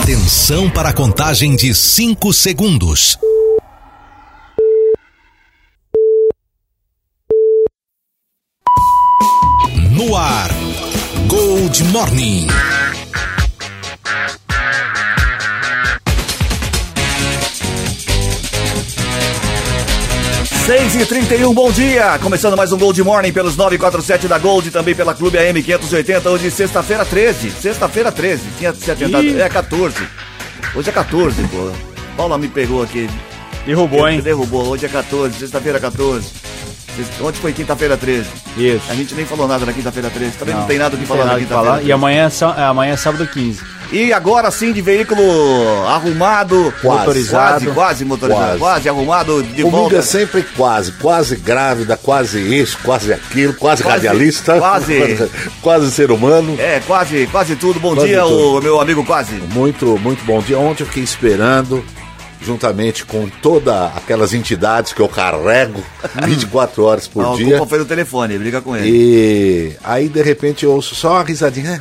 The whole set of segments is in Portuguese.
Atenção para a contagem de 5 segundos. No ar, Gold Morning. 6h31, bom dia! Começando mais um Gold Morning pelos 947 da Gold, também pela Clube AM 580, hoje sexta-feira 13. Sexta-feira 13, tinha se atentado. É 14. Hoje é 14, pô. Paula me pegou aqui. Derrubou, hein? Derrubou, hoje é 14, sexta-feira 14. Ontem foi quinta-feira 13. Isso. A gente nem falou nada na quinta-feira 13. Também não tem nada o que falar na quinta-feira 13. E amanhã é sábado 15. E agora sim, de veículo arrumado, motorizado. Quase motorizado, quase arrumado, de volta. Comigo é sempre quase grávida, quase isso, quase aquilo, quase radialista, quase ser humano. É, quase tudo. Bom dia, tudo. O meu amigo Quase. Muito bom dia. Ontem eu fiquei esperando, juntamente com todas aquelas entidades que eu carrego 24 horas por dia. A culpa foi no telefone, briga com ele. E aí, de repente, eu ouço só uma risadinha.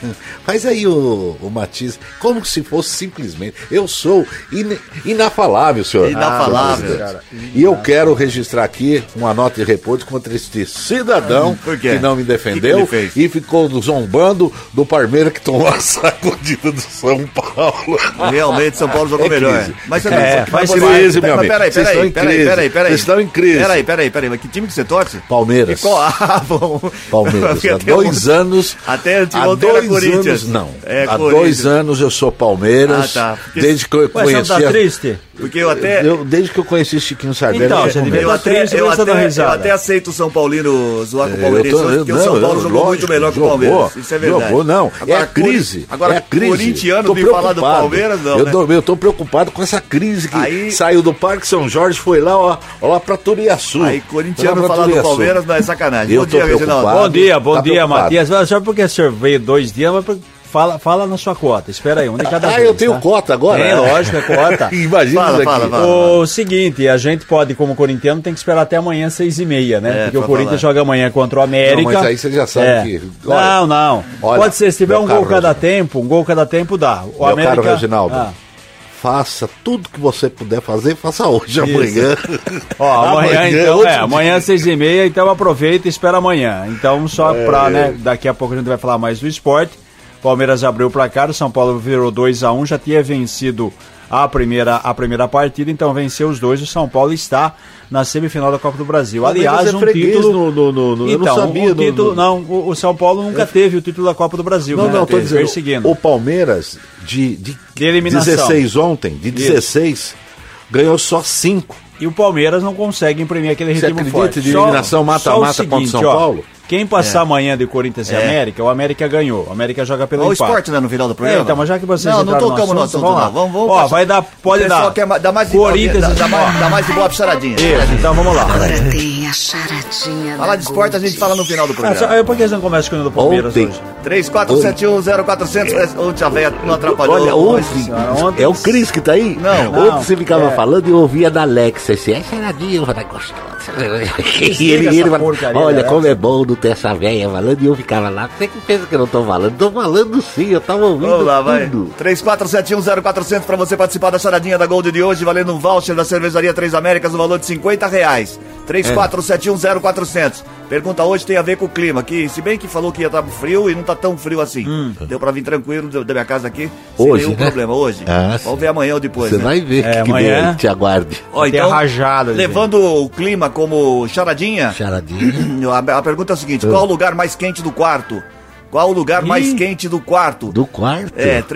Faz aí o Matias, como se fosse simplesmente. Eu sou inafalável, senhor. Inafalável, cara. E eu quero registrar aqui uma nota de repouso contra este cidadão que não me defendeu e ficou zombando do Palmeiras que tomou a sacudida do São Paulo. Realmente, São Paulo jogou melhor. Mas faz crise, meu amigo. Peraí. Vocês estão em crise. Peraí. Mas que time que você torce? Palmeiras. Bom. Palmeiras. Há 2 anos. Até anteontem era Corinthians. Não. Há 2 anos eu sou Palmeiras. Ah, tá. Desde que eu conheci. Você tá triste? Porque eu até. Desde que eu conheci Chiquinho Sardelli. Então, você devia estar triste, eu até aceito o São Paulino zoar com o Palmeirense, porque o São Paulo jogou muito melhor que o Palmeiras. Isso é verdade. Jogou, não. Agora, é a crise. Agora, é a crise. Corintiano vir falar do Palmeiras, não. Eu tô preocupado com essa crise que saiu do Parque São Jorge, foi lá pra Turiaçu. Aí, corintiano falar do Palmeiras não é sacanagem. Bom dia, Reginaldo. Bom dia, Matias. Só porque você veio 2 dias, mas fala na sua cota. Espera aí, um de cada vez. Eu tenho cota agora? É, lógico, é cota. Imagina isso aqui. O seguinte, a gente pode, como corintiano, tem que esperar até amanhã 6h30, né? Porque o Corinthians joga amanhã contra o América. Não, mas aí você já sabe que... Olha, não. Pode ser, se tiver um gol cada tempo dá. O América... caro Reginaldo. Faça tudo que você puder fazer, faça hoje, amanhã. Amanhã às 6h30, então aproveita e espera amanhã. Então, só daqui a pouco a gente vai falar mais do esporte. Palmeiras abriu o placar, o São Paulo virou 2-1, já tinha vencido a primeira partida, então venceu os dois. O São Paulo está na semifinal da Copa do Brasil. Aliás, um título. Eu não sabia. O São Paulo nunca teve o título da Copa do Brasil. Tô dizendo. O Palmeiras de eliminação. 16 ontem, de 16, ganhou só 5. E o Palmeiras não consegue imprimir aquele ritmo forte. De eliminação mata-mata contra o São Paulo? Quem passar amanhã de Corinthians e América, o América ganhou. O América joga pelo empate. O esporte, né, no final do programa. Então, mas já que vocês não tocamos no assunto, não. Vamos vai dar, pode dar. Dá mais Corinthians, dá mais de boa pra charadinha. Isso, então vamos lá. Agora tem a charadinha. Falar de esporte a gente fala no final do programa. Por que você não começa com o do Palmeiras hoje? 34710400. Ontem a véia não atrapalhou. Olha, ontem é o Cris que tá aí? Não. Ontem você ficava falando e eu ouvia da Alexa. Assim, é charadinha, eu falei, gostosa. E ele olha como é bom não ter essa véia falando, e eu ficava lá. Você que pensa que eu não tô falando? Tô falando sim, eu tava ouvindo. Vamos lá, tudo. 34710400 pra você participar da charadinha da Gold de hoje, valendo um voucher da Cervejaria 3 Américas no valor de R$50. 34710400. Pergunta hoje tem a ver com o clima, que se bem que falou que ia estar frio e não tá tão frio assim. Deu pra vir tranquilo da minha casa aqui, sem hoje, nenhum problema. Hoje. Vamos ver amanhã ou depois. Você vai ver que amanhã te aguarde. Então, rajado, levando o clima como charadinha. A pergunta é a seguinte: qual o lugar mais quente do quarto? Qual o lugar mais quente do quarto? Do quarto?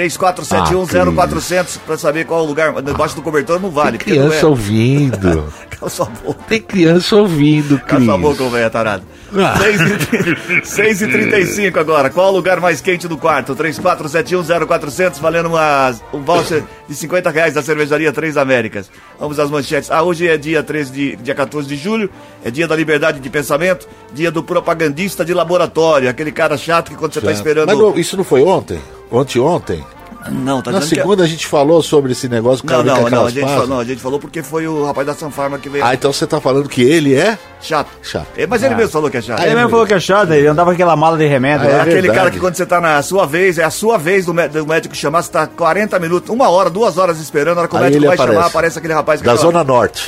34710400 pra saber qual o lugar. Debaixo do cobertor não vale. Tem criança ouvindo. Cala sua boca. Tem criança ouvindo, Cris. Cala sua boca, velho tarado. 6h35 agora. Qual o lugar mais quente do quarto? 34710400, valendo um voucher de R$50 da Cervejaria 3 Américas. Vamos às manchetes. Hoje é dia 14 de julho, é dia da liberdade de pensamento, dia do propagandista de laboratório, aquele cara chato que quando você tá esperando... Mas isso não foi ontem? Ontem? Não, tá Na dizendo segunda a gente falou sobre esse negócio. A gente falou porque foi o rapaz da Sun Pharma que veio. Então você tá falando que ele é chato. Mas ele mesmo falou que é chato. Ele mesmo falou que é chato, ele andava com aquela mala de remédio. É aquele cara que quando você tá na sua vez, é a sua vez do médico chamar, você tá 40 minutos, 1 hora, 2 horas esperando, a hora que o médico vai chamar, aparece aquele rapaz da Zona Norte.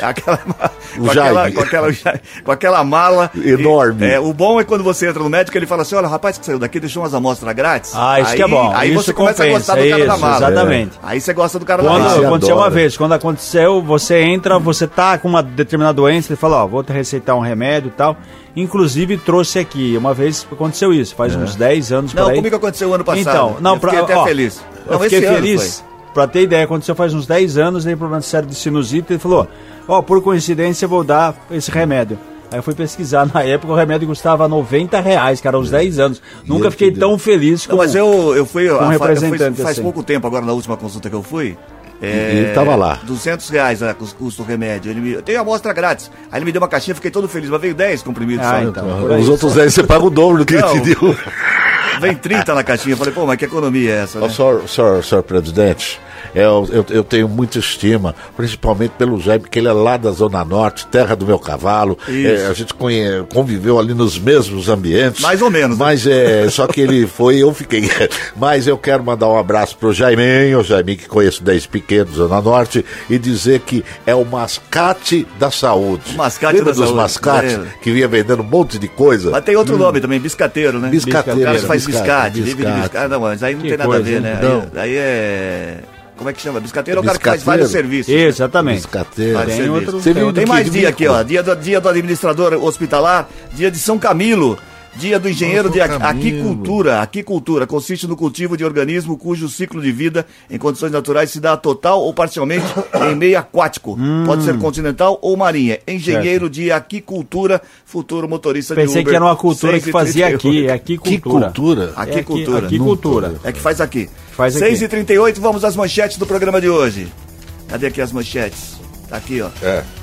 Com aquela mala enorme. O bom é quando você entra no médico, ele fala assim: olha, o rapaz que saiu daqui deixou umas amostras grátis. Isso que é bom. Aí isso você começa a gostar do cara da mala. Exatamente. Aí você gosta do cara da mala. Aconteceu uma vez, quando aconteceu, você entra, você tá com uma determinada doença, ele fala, vou te receitar um remédio e tal. Inclusive trouxe aqui, uma vez aconteceu isso, faz uns 10 anos por aí. Não, comigo aconteceu ano passado. Então, eu fiquei até feliz. Eu fiquei feliz. Pra ter ideia, aconteceu faz uns 10 anos, dei problema sério de sinusite, ele falou, por coincidência eu vou dar esse remédio. Aí eu fui pesquisar, na época o remédio custava R$90, cara, uns 10 anos. Nunca fiquei tão feliz com mas eu fui um representante faz assim. pouco tempo, agora na última consulta que eu fui. Ele tava lá. R$200 custa o remédio. Eu tenho amostra grátis. Aí ele me deu uma caixinha, fiquei todo feliz, mas veio 10 comprimidos só. Então, os outros 10 você paga o dobro do que ele te deu. Vem 30 na caixinha. Eu falei, mas que economia é essa, né? Senhor presidente, eu tenho muita estima, principalmente pelo Jaime, porque ele é lá da Zona Norte, terra do meu cavalo. A gente conviveu ali nos mesmos ambientes. Mais ou menos. Mas só que ele foi, eu fiquei. Mas eu quero mandar um abraço pro Jaiminho, que conheço 10 pequenos, Zona Norte, e dizer que é o mascate da saúde. O mascate Lembra da dos saúde. mascates que vinha vendendo um monte de coisa? Mas tem outro nome também, biscateiro, né? Biscateiro. O cara que faz biscate, vive de biscate. Não, mas aí não tem nada a ver, né? Aí é... Como é que chama? Biscateiro é o cara que faz vários serviços. Exatamente. Biscateiro. Tem mais dia aqui, ó. Dia do administrador hospitalar, dia de São Camilo, dia do engenheiro de aquicultura. Aquicultura consiste no cultivo de organismo cujo ciclo de vida em condições naturais se dá total ou parcialmente em meio aquático. Pode ser continental ou marinha. Engenheiro de aquicultura, futuro motorista de Uber. Pensei que era uma cultura que fazia aqui. Aquicultura. Aquicultura. É que faz aqui. 6h38, vamos às manchetes do programa de hoje. Cadê aqui as manchetes? Tá aqui, ó.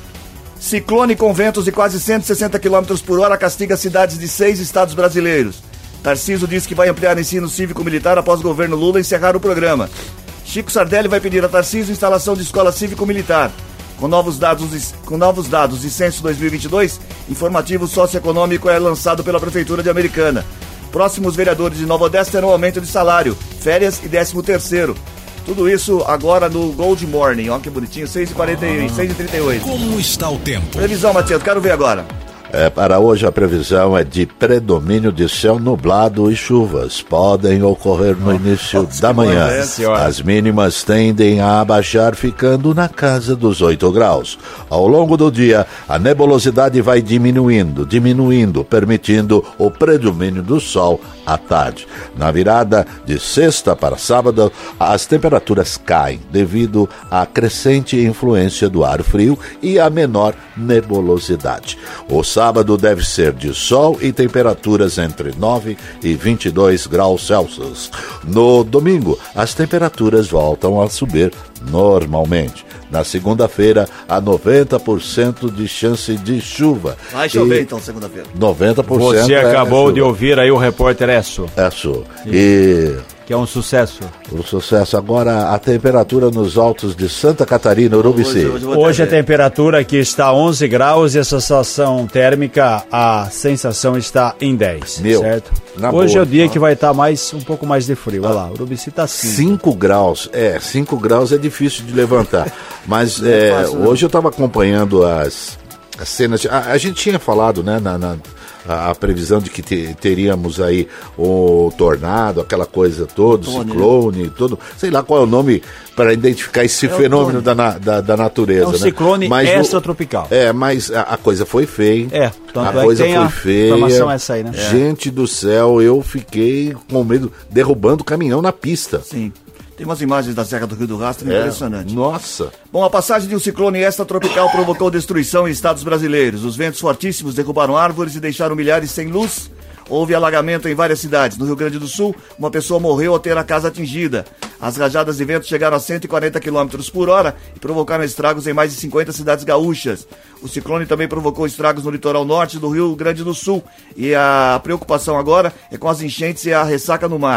Ciclone com ventos de quase 160 km por hora castiga cidades de 6 estados brasileiros. Tarcísio diz que vai ampliar ensino cívico-militar após o governo Lula encerrar o programa. Chico Sardelli vai pedir a Tarcísio instalação de escola cívico-militar. Com novos dados de censo 2022, informativo socioeconômico é lançado pela Prefeitura de Americana. Próximos vereadores de Nova Odessa terão aumento de salário, férias e 13º. Tudo isso agora no Gold Morning. Olha que bonitinho, 6h38. Como está o tempo? Previsão, Matheus, quero ver agora. Para hoje a previsão é de predomínio de céu nublado e chuvas. Podem ocorrer no início da manhã. As mínimas tendem a abaixar, ficando na casa dos 8 graus. Ao longo do dia, a nebulosidade vai diminuindo, permitindo o predomínio do sol à tarde. Na virada de sexta para sábado, as temperaturas caem devido à crescente influência do ar frio e à menor nebulosidade. O sábado deve ser de sol e temperaturas entre 9 e 22 graus Celsius. No domingo, as temperaturas voltam a subir normalmente. Na segunda-feira, há 90% de chance de chuva. Vai chover então segunda-feira. 90%. Você acabou de ouvir aí o repórter Esso. Que é um sucesso. Um sucesso. Agora, a temperatura nos altos de Santa Catarina, Urubici. Hoje a temperatura aqui está 11 graus e a sensação térmica, a sensação está em 10, certo? Hoje é o dia que vai estar um pouco mais de frio. Olha lá, Urubici está 5 graus. 5 graus é difícil de levantar. Mas hoje eu estava acompanhando as cenas. A gente tinha falado, né, a previsão de que teríamos aí o tornado, aquela coisa toda, ciclone, todo, sei lá qual é o nome para identificar esse fenômeno da natureza. É um ciclone extratropical. Mas a coisa foi feia. A coisa foi feia. Informação é essa aí, né? Gente do céu, eu fiquei com medo, derrubando o caminhão na pista. Sim. Tem umas imagens da Serra do Rio do Rastro impressionantes. Nossa! Bom, a passagem de um ciclone extratropical provocou destruição em estados brasileiros. Os ventos fortíssimos derrubaram árvores e deixaram milhares sem luz. Houve alagamento em várias cidades. No Rio Grande do Sul, uma pessoa morreu ao ter a casa atingida. As rajadas de vento chegaram a 140 km por hora e provocaram estragos em mais de 50 cidades gaúchas. O ciclone também provocou estragos no litoral norte do Rio Grande do Sul. E a preocupação agora é com as enchentes e a ressaca no mar.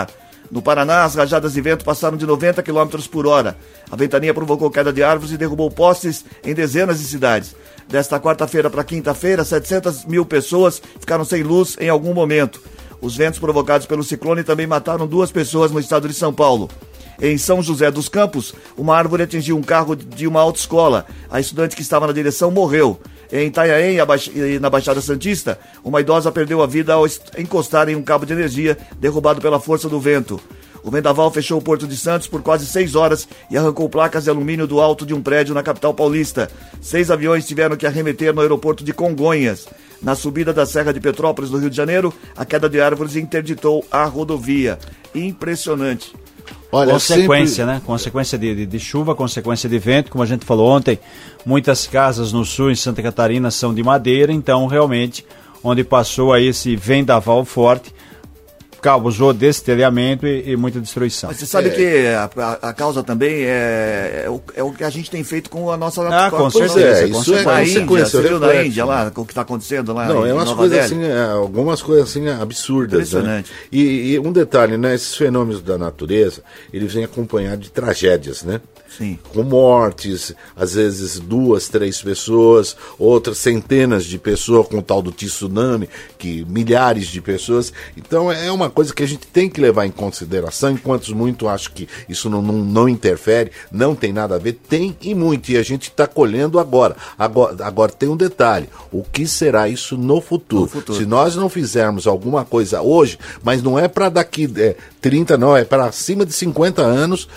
No Paraná, as rajadas de vento passaram de 90 km por hora. A ventania provocou queda de árvores e derrubou postes em dezenas de cidades. Desta quarta-feira para quinta-feira, 700 mil pessoas ficaram sem luz em algum momento. Os ventos provocados pelo ciclone também mataram 2 pessoas no estado de São Paulo. Em São José dos Campos, uma árvore atingiu um carro de uma autoescola. A estudante que estava na direção morreu. Em Itanhaém, na Baixada Santista, uma idosa perdeu a vida ao encostar em um cabo de energia derrubado pela força do vento. O vendaval fechou o Porto de Santos por quase 6 horas e arrancou placas de alumínio do alto de um prédio na capital paulista. 6 aviões tiveram que arremeter no aeroporto de Congonhas. Na subida da Serra de Petrópolis, no Rio de Janeiro, a queda de árvores interditou a rodovia. Impressionante. Olha, consequência, né? Consequência de chuva, consequência de vento, como a gente falou ontem, muitas casas no sul, em Santa Catarina, são de madeira, então realmente, onde passou aí esse vendaval forte, causou destelhamento e muita destruição. Mas você sabe que a causa também é o que a gente tem feito com a nossa... com certeza. Isso é na Índia, você viu na Índia lá, o que está acontecendo lá? Não, é umas coisas assim, algumas coisas assim absurdas. Impressionante. Né? E um detalhe, né? Esses fenômenos da natureza, eles vêm acompanhados de tragédias, né? Sim. Com mortes, às vezes 2, 3 pessoas, outras centenas de pessoas, com o tal do tsunami, que milhares de pessoas. Então é uma coisa que a gente tem que levar em consideração, enquanto muito acham que isso não interfere, não tem nada a ver, tem e muito, e a gente está colhendo agora. Agora tem um detalhe, o que será isso no futuro? Se nós não fizermos alguma coisa hoje, mas não é para daqui 30 não, é para acima de 50 anos,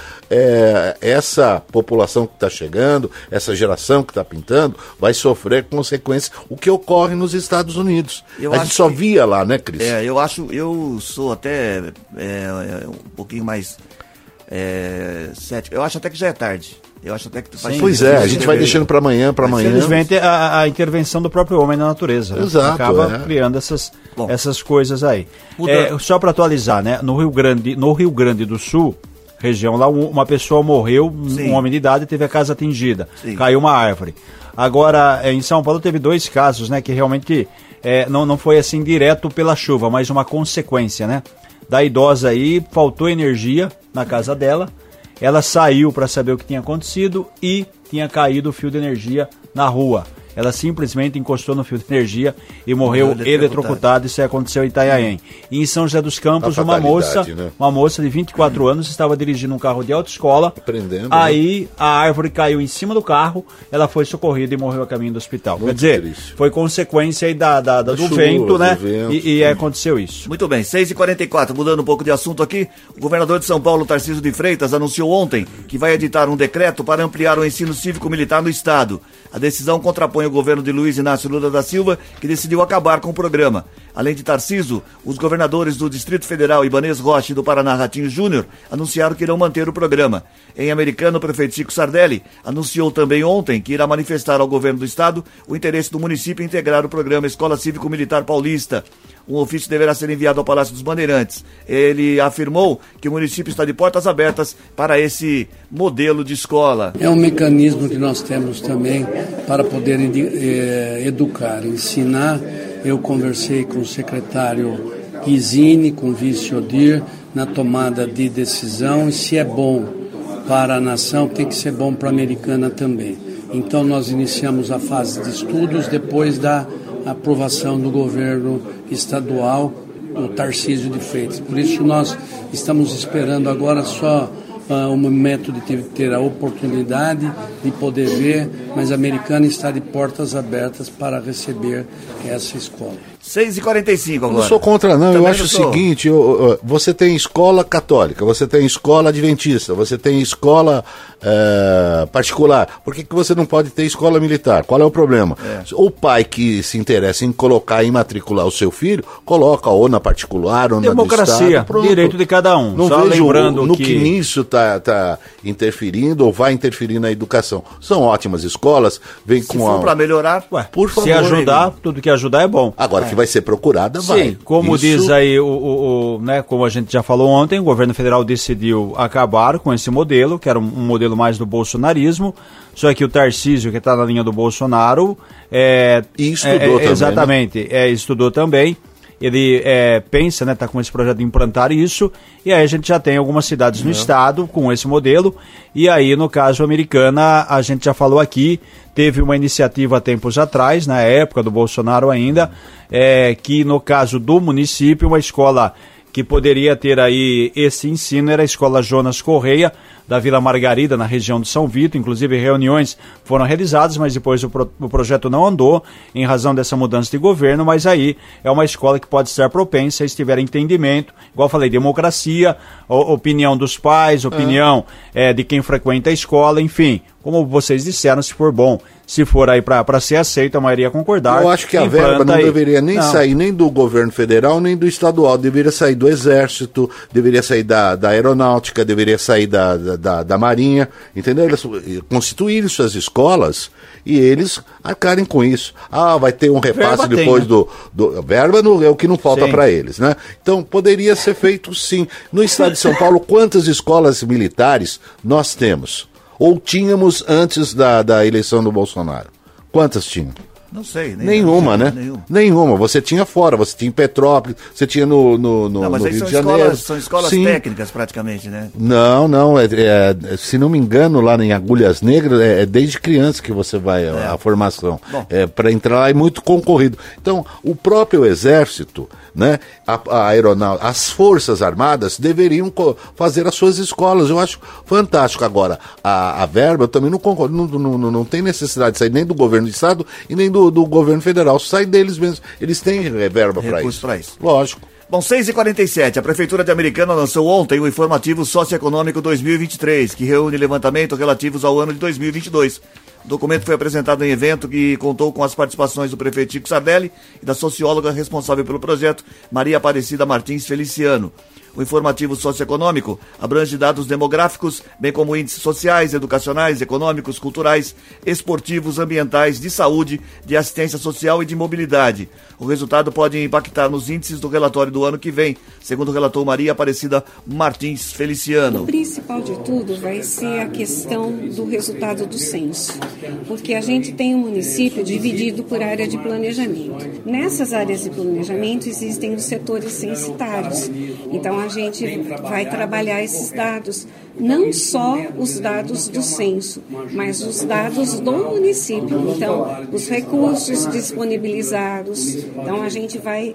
essa população que está chegando, essa geração que está pintando, vai sofrer consequências, o que ocorre nos Estados Unidos. A gente só via lá, né, Cris? Eu sou até um pouquinho mais cético. Eu acho até que já é tarde. Eu acho até que pois a gente vai deixando para amanhã. Infelizmente, a intervenção do próprio homem na natureza. Exato. Né? Acaba criando essas coisas aí. Só para atualizar, né? No Rio Grande do Sul, região lá, uma pessoa morreu, um homem de idade, teve a casa atingida. Sim. Caiu uma árvore. Agora, em São Paulo teve 2 casos, né? Que realmente não foi assim direto pela chuva, mas uma consequência, né? Da idosa aí, faltou energia na casa dela. Ela saiu para saber o que tinha acontecido e tinha caído o fio de energia na rua. Ela simplesmente encostou no fio de energia e morreu eletrocutada. Isso aconteceu em Itanhaém. E em São José dos Campos, uma moça de 24 anos estava dirigindo um carro de autoescola. Aí a árvore caiu em cima do carro, ela foi socorrida e morreu a caminho do hospital. Quer dizer, foi consequência aí do vento, né? E aconteceu isso. Muito bem, 6h44, mudando um pouco de assunto aqui, o governador de São Paulo, Tarcísio de Freitas, anunciou ontem que vai editar um decreto para ampliar o ensino cívico-militar no estado. A decisão contrapõe o governo de Luiz Inácio Lula da Silva, que decidiu acabar com o programa. Além de Tarcísio, os governadores do Distrito Federal, Ibanez Rocha e do Paraná, Ratinho Júnior, anunciaram que irão manter o programa. Em Americana, o prefeito Chico Sardelli anunciou também ontem que irá manifestar ao governo do estado o interesse do município em integrar o programa Escola Cívico-Militar Paulista. Um ofício deverá ser enviado ao Palácio dos Bandeirantes. Ele afirmou que o município está de portas abertas para esse modelo de escola. É um mecanismo que nós temos também para poder educar, ensinar. Eu conversei com o secretário Guizini, com o vice Odir, na tomada de decisão, e se é bom para a nação, tem que ser bom para a Americana também. Então nós iniciamos a fase de estudos depois da aprovação do governo estadual, o Tarcísio de Freitas. Por isso nós estamos esperando agora só o momento de ter a oportunidade de poder ver, mas a Americana está de portas abertas para receber essa escola. 6h45 agora. Não sou contra não, eu acho o seguinte, você tem escola católica, você tem escola adventista, você tem escola particular, por que você não pode ter escola militar? Qual é o problema? O pai que se interessa em colocar e matricular o seu filho, coloca ou na particular ou na do Estado. Democracia, direito de cada um. Não só vejo no que nisso está interferindo ou vai interferir na educação. São ótimas escolas, vem com for para melhorar, por favor. Se ajudar, tudo que ajudar é bom. Agora que vai ser procurada, vai. Sim, como diz aí, né, como a gente já falou ontem, o governo federal decidiu acabar com esse modelo, que era um modelo mais do bolsonarismo, só que o Tarcísio, que está na linha do Bolsonaro, e estudou também, exatamente, né? Estudou também, ele pensa, né, tá com esse projeto de implantar isso, e aí a gente já tem algumas cidades no estado com esse modelo, e aí no caso Americana, a gente já falou aqui, teve uma iniciativa há tempos atrás, na época do Bolsonaro ainda, que no caso do município, uma escola que poderia ter aí esse ensino era a Escola Jonas Correia, da Vila Margarida, na região de São Vito. Inclusive reuniões foram realizadas, mas depois o projeto não andou em razão dessa mudança de governo, mas aí é uma escola que pode ser propensa, se tiver entendimento, igual eu falei, democracia, opinião dos pais, opinião de quem frequenta a escola, enfim, como vocês disseram, se for bom, se for aí para ser aceito, a maioria concordar. Eu acho que a verba não deveria nem sair nem do governo federal, nem do estadual, deveria sair do Exército, deveria sair da Aeronáutica, deveria sair da Marinha, entendeu? Eles constituírem suas escolas e eles arcarem com isso. Vai ter um repasse verba depois tem, né? Verba é o que não falta para eles, né? Então, poderia ser feito sim. No estado de São Paulo, quantas escolas militares nós temos? Ou tínhamos antes da eleição do Bolsonaro? Quantas tinham? Não sei. Nenhuma, né? Nenhuma. Você tinha fora, você tinha em Petrópolis, você tinha no Rio de Janeiro. São escolas técnicas praticamente, né? Não. Se não me engano, lá em Agulhas Negras, é desde criança que você vai a formação. Para entrar lá é muito concorrido. Então, o próprio Exército, né, a aeronáutica, as Forças Armadas deveriam fazer as suas escolas. Eu acho fantástico. Agora, a verba, eu também não concordo, não tem necessidade de sair nem do governo do estado e nem do governo federal, sai deles mesmos. Eles têm verba para isso. Lógico. Bom, 6h47, a Prefeitura de Americana lançou ontem o Informativo Socioeconômico 2023, que reúne levantamentos relativos ao ano de 2022. O documento foi apresentado em evento que contou com as participações do prefeito Chico Sardelli e da socióloga responsável pelo projeto, Maria Aparecida Martins Feliciano. O informativo socioeconômico abrange dados demográficos, bem como índices sociais, educacionais, econômicos, culturais, esportivos, ambientais, de saúde, de assistência social e de mobilidade. O resultado pode impactar nos índices do relatório do ano que vem, segundo relatou Maria Aparecida Martins Feliciano. O principal de tudo vai ser a questão do resultado do censo, porque a gente tem um município dividido por área de planejamento. Nessas áreas de planejamento existem os setores censitários, então a gente vai trabalhar esses dados, não só os dados do censo, mas os dados do município. Então, os recursos disponibilizados. Então, a gente vai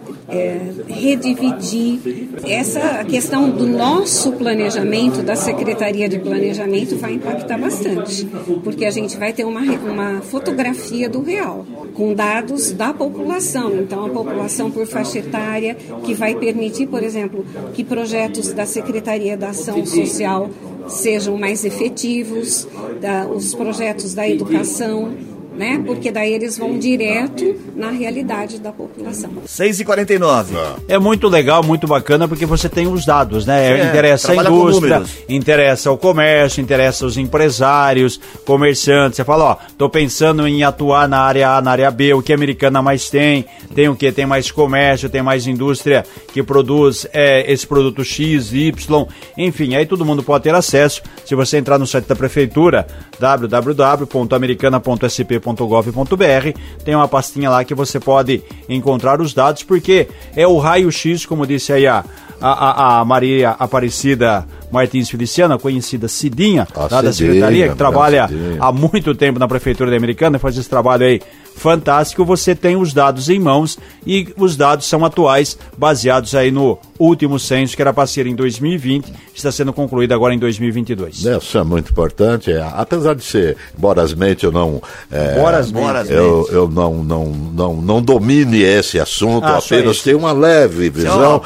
redividir. Essa questão do nosso planejamento, da Secretaria de Planejamento, vai impactar bastante, porque a gente vai ter uma fotografia do real, com dados da população. Então, a população por faixa etária, que vai permitir, por exemplo, que projetos da Secretaria da Ação Social sejam mais efetivos, os projetos da educação, né? Porque daí eles vão direto na realidade da população. 6h49. É muito legal, muito bacana, porque você tem os dados, né? Interessa a indústria, interessa o comércio, interessa os empresários, comerciantes. Você fala, tô pensando em atuar na área A, na área B, o que a Americana mais tem o quê? Tem mais comércio, tem mais indústria que produz esse produto X, Y, enfim, aí todo mundo pode ter acesso. Se você entrar no site da Prefeitura, www.americana.sp.gov.br, tem uma pastinha lá que você pode encontrar os dados, porque é o raio-x, como disse aí a Maria Aparecida Martins Feliciano, conhecida Cidinha, lá da Secretaria, que trabalha há muito tempo na Prefeitura da Americana, faz esse trabalho aí fantástico. Você tem os dados em mãos e os dados são atuais, baseados aí no último censo, que era para ser em 2020, está sendo concluído agora em 2022. Isso é muito importante, apesar de ser, borasmente eu não eu não domine esse assunto, apenas tenho uma leve visão.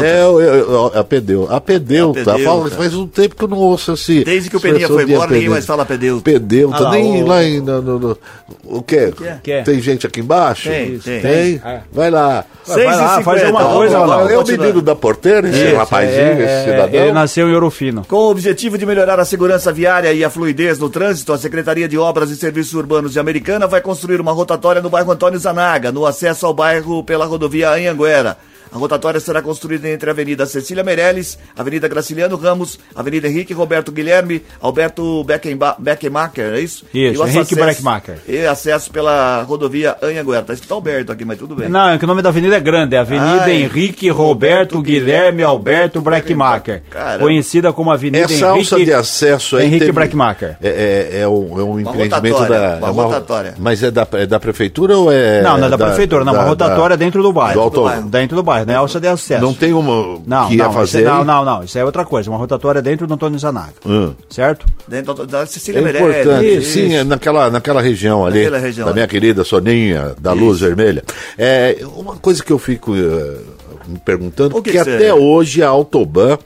Apedeuta. Faz um tempo que eu não ouço assim. Desde que o Peninha foi embora, ninguém mais fala Apedeuta. Pedeuta, nem lá o quê? Tem gente aqui embaixo? Tem. Vai lá. Vai lá, faz alguma coisa lá. É o menino da porteira, esse rapazinho, esse cidadão. Ele nasceu em Ouro Fino. Com o objetivo de melhorar a segurança viária e a fluidez no trânsito, a Secretaria de Obras e Serviços Urbanos de Americana vai construir uma rotatória no bairro Antônio Zanaga, no acesso ao bairro pela rodovia Anhanguera. A rotatória será construída entre a Avenida Cecília Meirelles, Avenida Graciliano Ramos, Avenida Henrique Roberto Guilherme, Alberto Beckemacher, é isso? Isso, Henrique Beckemacher. E acesso pela rodovia Anhanguera. Tá escrito Alberto aqui, mas tudo bem. Não, é que o nome da avenida é grande, é Avenida Henrique Roberto Guilherme Alberto Beckemacher. Conhecida como Avenida Essa alça de acesso aí Henrique Beckemacher. É um empreendimento uma rotatória. Mas é da prefeitura ou é... Não é da prefeitura, não, uma rotatória dentro do bairro. Dentro do bairro, né? Alça de acesso. Não tem uma que ia fazer... Não, isso é outra coisa, uma rotatória dentro do Antônio Zanaga, certo? Dentro da Cecília Meirelles. Importante, sim, naquela região ali, da minha querida Soninha, da Luz Vermelha. Uma coisa que eu fico me perguntando, que até hoje a Autoban,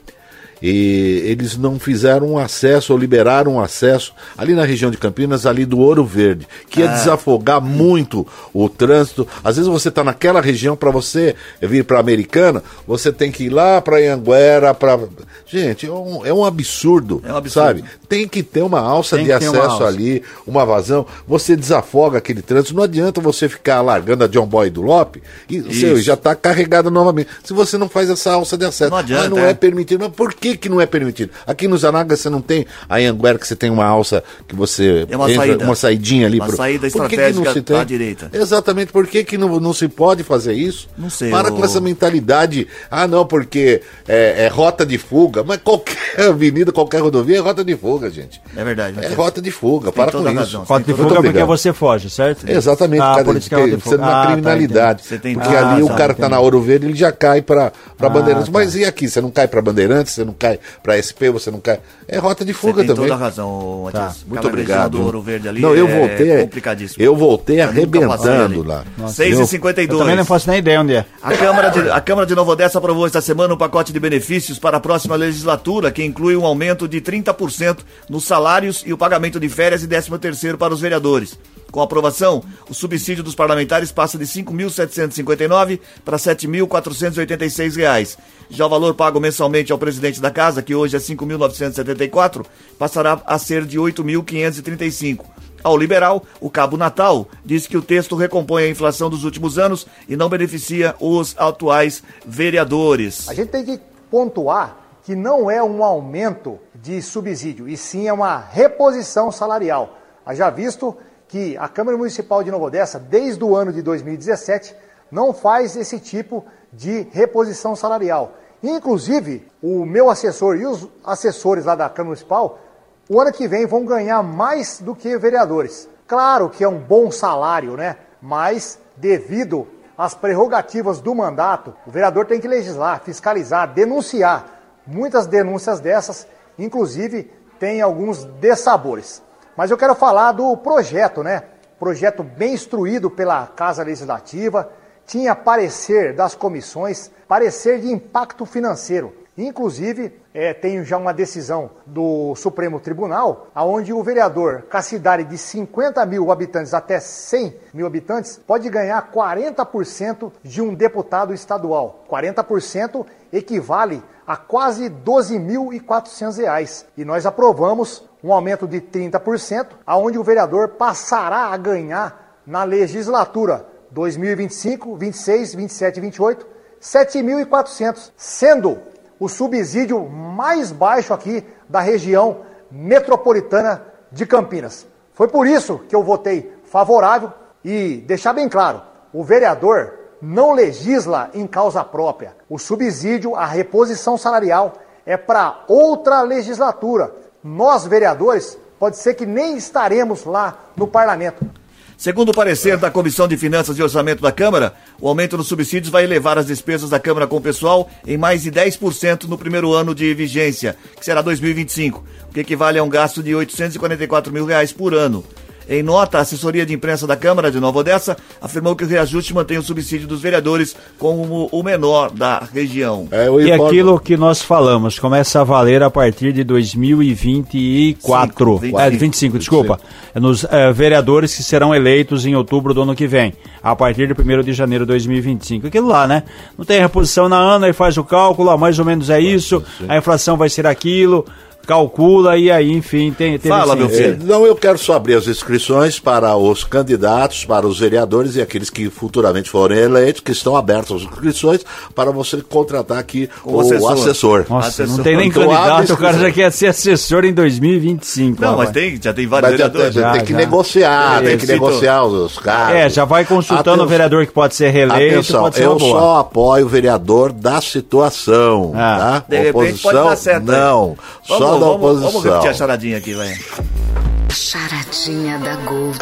e eles não fizeram um acesso ou liberaram um acesso ali na região de Campinas, ali do Ouro Verde, que ia desafogar muito o trânsito. Às vezes você está naquela região, para você vir para a Americana, você tem que ir lá para Anhanguera, gente, é um absurdo, sabe? Tem que ter uma alça de acesso ali, uma vazão, você desafoga aquele trânsito. Não adianta você ficar largando a John Boy do Lope e você já está carregada novamente. Se você não faz essa alça de acesso, não é permitido. Mas por que não é permitido? Aqui no Zanaga você não tem a Anhanguera, que você tem uma alça que você uma saidinha ali. Uma saída estratégica à direita. Exatamente, por que não se pode fazer isso? Não sei. Com essa mentalidade, não, porque é rota de fuga, mas qualquer avenida, qualquer rodovia é rota de fuga, gente. É verdade. É rota de fuga, para com isso. Rota de fuga porque você foge, certo? Exatamente, você na criminalidade. Porque ali o cara tá na Ouro Verde, ele já cai para Bandeirantes. Mas e aqui? Você não cai para Bandeirantes, você não cai para SP, você não cai. É rota de fuga também. Você tem toda a razão, Matias. Muito obrigado. Do Ouro Verde ali complicadíssimo. Eu voltei arrebentando lá. 6h52. Eu também não faço nem ideia onde é. A Câmara de Nova Odessa aprovou esta semana um pacote de benefícios para a próxima legislatura, que inclui um aumento de 30% nos salários e o pagamento de férias e 13º para os vereadores. Com a aprovação, o subsídio dos parlamentares passa de R$ 5.759 para R$ 7.486. Já o valor pago mensalmente ao presidente da casa, que hoje é R$ 5.974, passará a ser de R$ 8.535. Ao liberal, o Cabo Natal diz que o texto recompõe a inflação dos últimos anos e não beneficia os atuais vereadores. A gente tem que pontuar que não é um aumento de subsídio, e sim é uma reposição salarial. Haja visto que a Câmara Municipal de Nova Odessa, desde o ano de 2017, não faz esse tipo de reposição salarial. Inclusive, o meu assessor e os assessores lá da Câmara Municipal, o ano que vem vão ganhar mais do que vereadores. Claro que é um bom salário, né? Mas, devido às prerrogativas do mandato, o vereador tem que legislar, fiscalizar, denunciar. Muitas denúncias dessas, inclusive, têm alguns dessabores. Mas eu quero falar do projeto, né? Projeto bem instruído pela Casa Legislativa, tinha parecer das comissões, parecer de impacto financeiro. Inclusive, tem já uma decisão do Supremo Tribunal, onde o vereador, com a cidade de 50 mil habitantes até 100 mil habitantes, pode ganhar 40% de um deputado estadual. 40% equivale a quase R$ 12.400. E nós aprovamos um aumento de 30%, onde o vereador passará a ganhar na legislatura 2025, 26, 27 e 28, R$ 7.400, sendo o subsídio mais baixo aqui da região metropolitana de Campinas. Foi por isso que eu votei favorável e deixar bem claro, o vereador não legisla em causa própria. O subsídio, a reposição salarial é para outra legislatura. Nós, vereadores, pode ser que nem estaremos lá no parlamento. Segundo o parecer da Comissão de Finanças e Orçamento da Câmara, o aumento nos subsídios vai elevar as despesas da Câmara com o pessoal em mais de 10% no primeiro ano de vigência, que será 2025, o que equivale a um gasto de R$ 844 mil por ano. Em nota, a assessoria de imprensa da Câmara de Nova Odessa afirmou que o reajuste mantém o subsídio dos vereadores como o menor da região. E aquilo que nós falamos, começa a valer a partir de 2024. 25, desculpa. Nos vereadores que serão eleitos em outubro do ano que vem, a partir de 1º de janeiro de 2025. Aquilo lá, né? Não tem reposição na ANA e faz o cálculo, mais ou menos é isso, a inflação vai ser aquilo. calcula e aí, enfim, tem... Fala, meu filho. Não, eu quero só abrir as inscrições para os candidatos, para os vereadores e aqueles que futuramente forem eleitos, que estão abertas as inscrições para você contratar aqui o assessor. Nossa, não tem nem candidato, o cara já quer ser assessor em 2025. Não, mas já tem vários vereadores. Tem que negociar, negociar os caras. Já vai consultando o vereador que pode ser reeleito. Atenção, pode ser eu só apoio o vereador da situação, tá? De repente pode dar certo. Não, só da oposição. Vamos repetir a charadinha aqui, vai. Charadinha da Gold.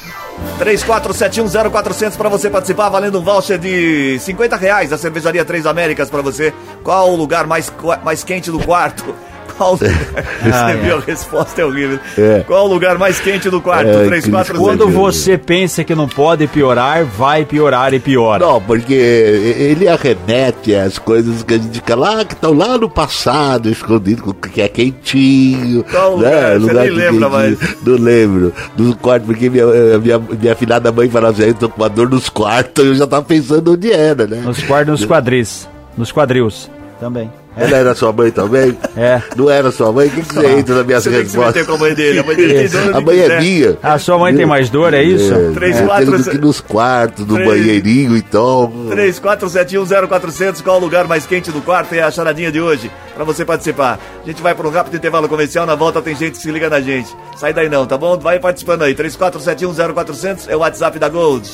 34710400 para você participar, valendo um voucher de R$50 da cervejaria Três Américas para você. Qual o lugar mais quente do quarto? Você viu a resposta, é horrível. Qual o lugar mais quente do quarto? 3471. Quando você pensa que não pode piorar, vai piorar e piora. Não, porque ele arremete as coisas que a gente fica lá, que estão lá no passado, escondido, que é quentinho. Qual lugar? Você nem lembra mais. Não lembro. Dos quartos, porque minha filhada mãe falava assim, eu tô com uma dor nos quartos, eu já tava pensando onde era, né? Nos quartos, nos quadris. Nos quadrils também. Ela era sua mãe também? Não era sua mãe? O que você entra nas minhas respostas? Você tem que se meter com a mãe dele. A mãe dele tem dor. A mãe é minha. A sua mãe tem mais dor, é isso? Que nos quartos, no banheirinho, então. 34710400, qual o lugar mais quente do quarto? É a charadinha de hoje, pra você participar. A gente vai para um rápido intervalo comercial, na volta tem gente que se liga na gente. Sai daí não, tá bom? Vai participando aí. 34710400 é o WhatsApp da Gold.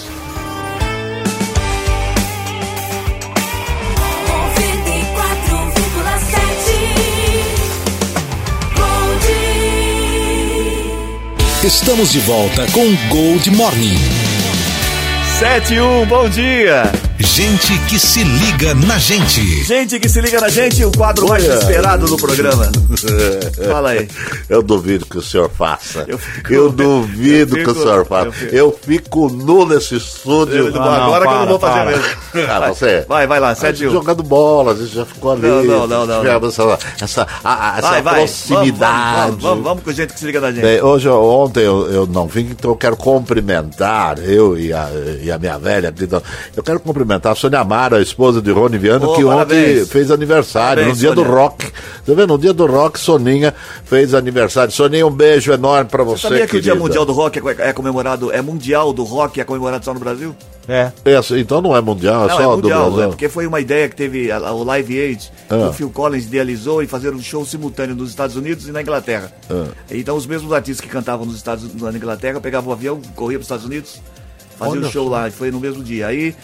Estamos de volta com Gold Morning. 7-1, bom dia. Gente que se liga na gente. Gente que se liga na gente, o quadro mais esperado do programa. Fala aí. Eu duvido que o senhor faça. Eu duvido que o senhor faça. Eu fico nu nesse estúdio. Agora que eu não vou fazer mesmo. Você. Vai lá, 7-1. Jogando bola, a gente já ficou ali. Não. Essa proximidade. Vamos com gente que se liga na gente. Ontem eu não vim, então eu quero cumprimentar, eu e a minha velha. Eu quero cumprimentar a Sônia Mara, a esposa de Rony Viano, que ontem fez aniversário, no dia do rock. Tá vendo? No dia do rock, Soninha fez aniversário. Soninha, um beijo enorme pra você, sabia que o Dia Mundial do Rock é comemorado, é mundial do rock, é comemorado só no Brasil? Então não é mundial, é só mundial, do Brasil. porque foi uma ideia que teve o Live Aid, que o Phil Collins idealizou, e fazer um show simultâneo nos Estados Unidos e na Inglaterra. Então os mesmos artistas que cantavam na Inglaterra pegavam o avião, corriam para os Estados Unidos, faziam o show lá, e foi no mesmo dia. Aí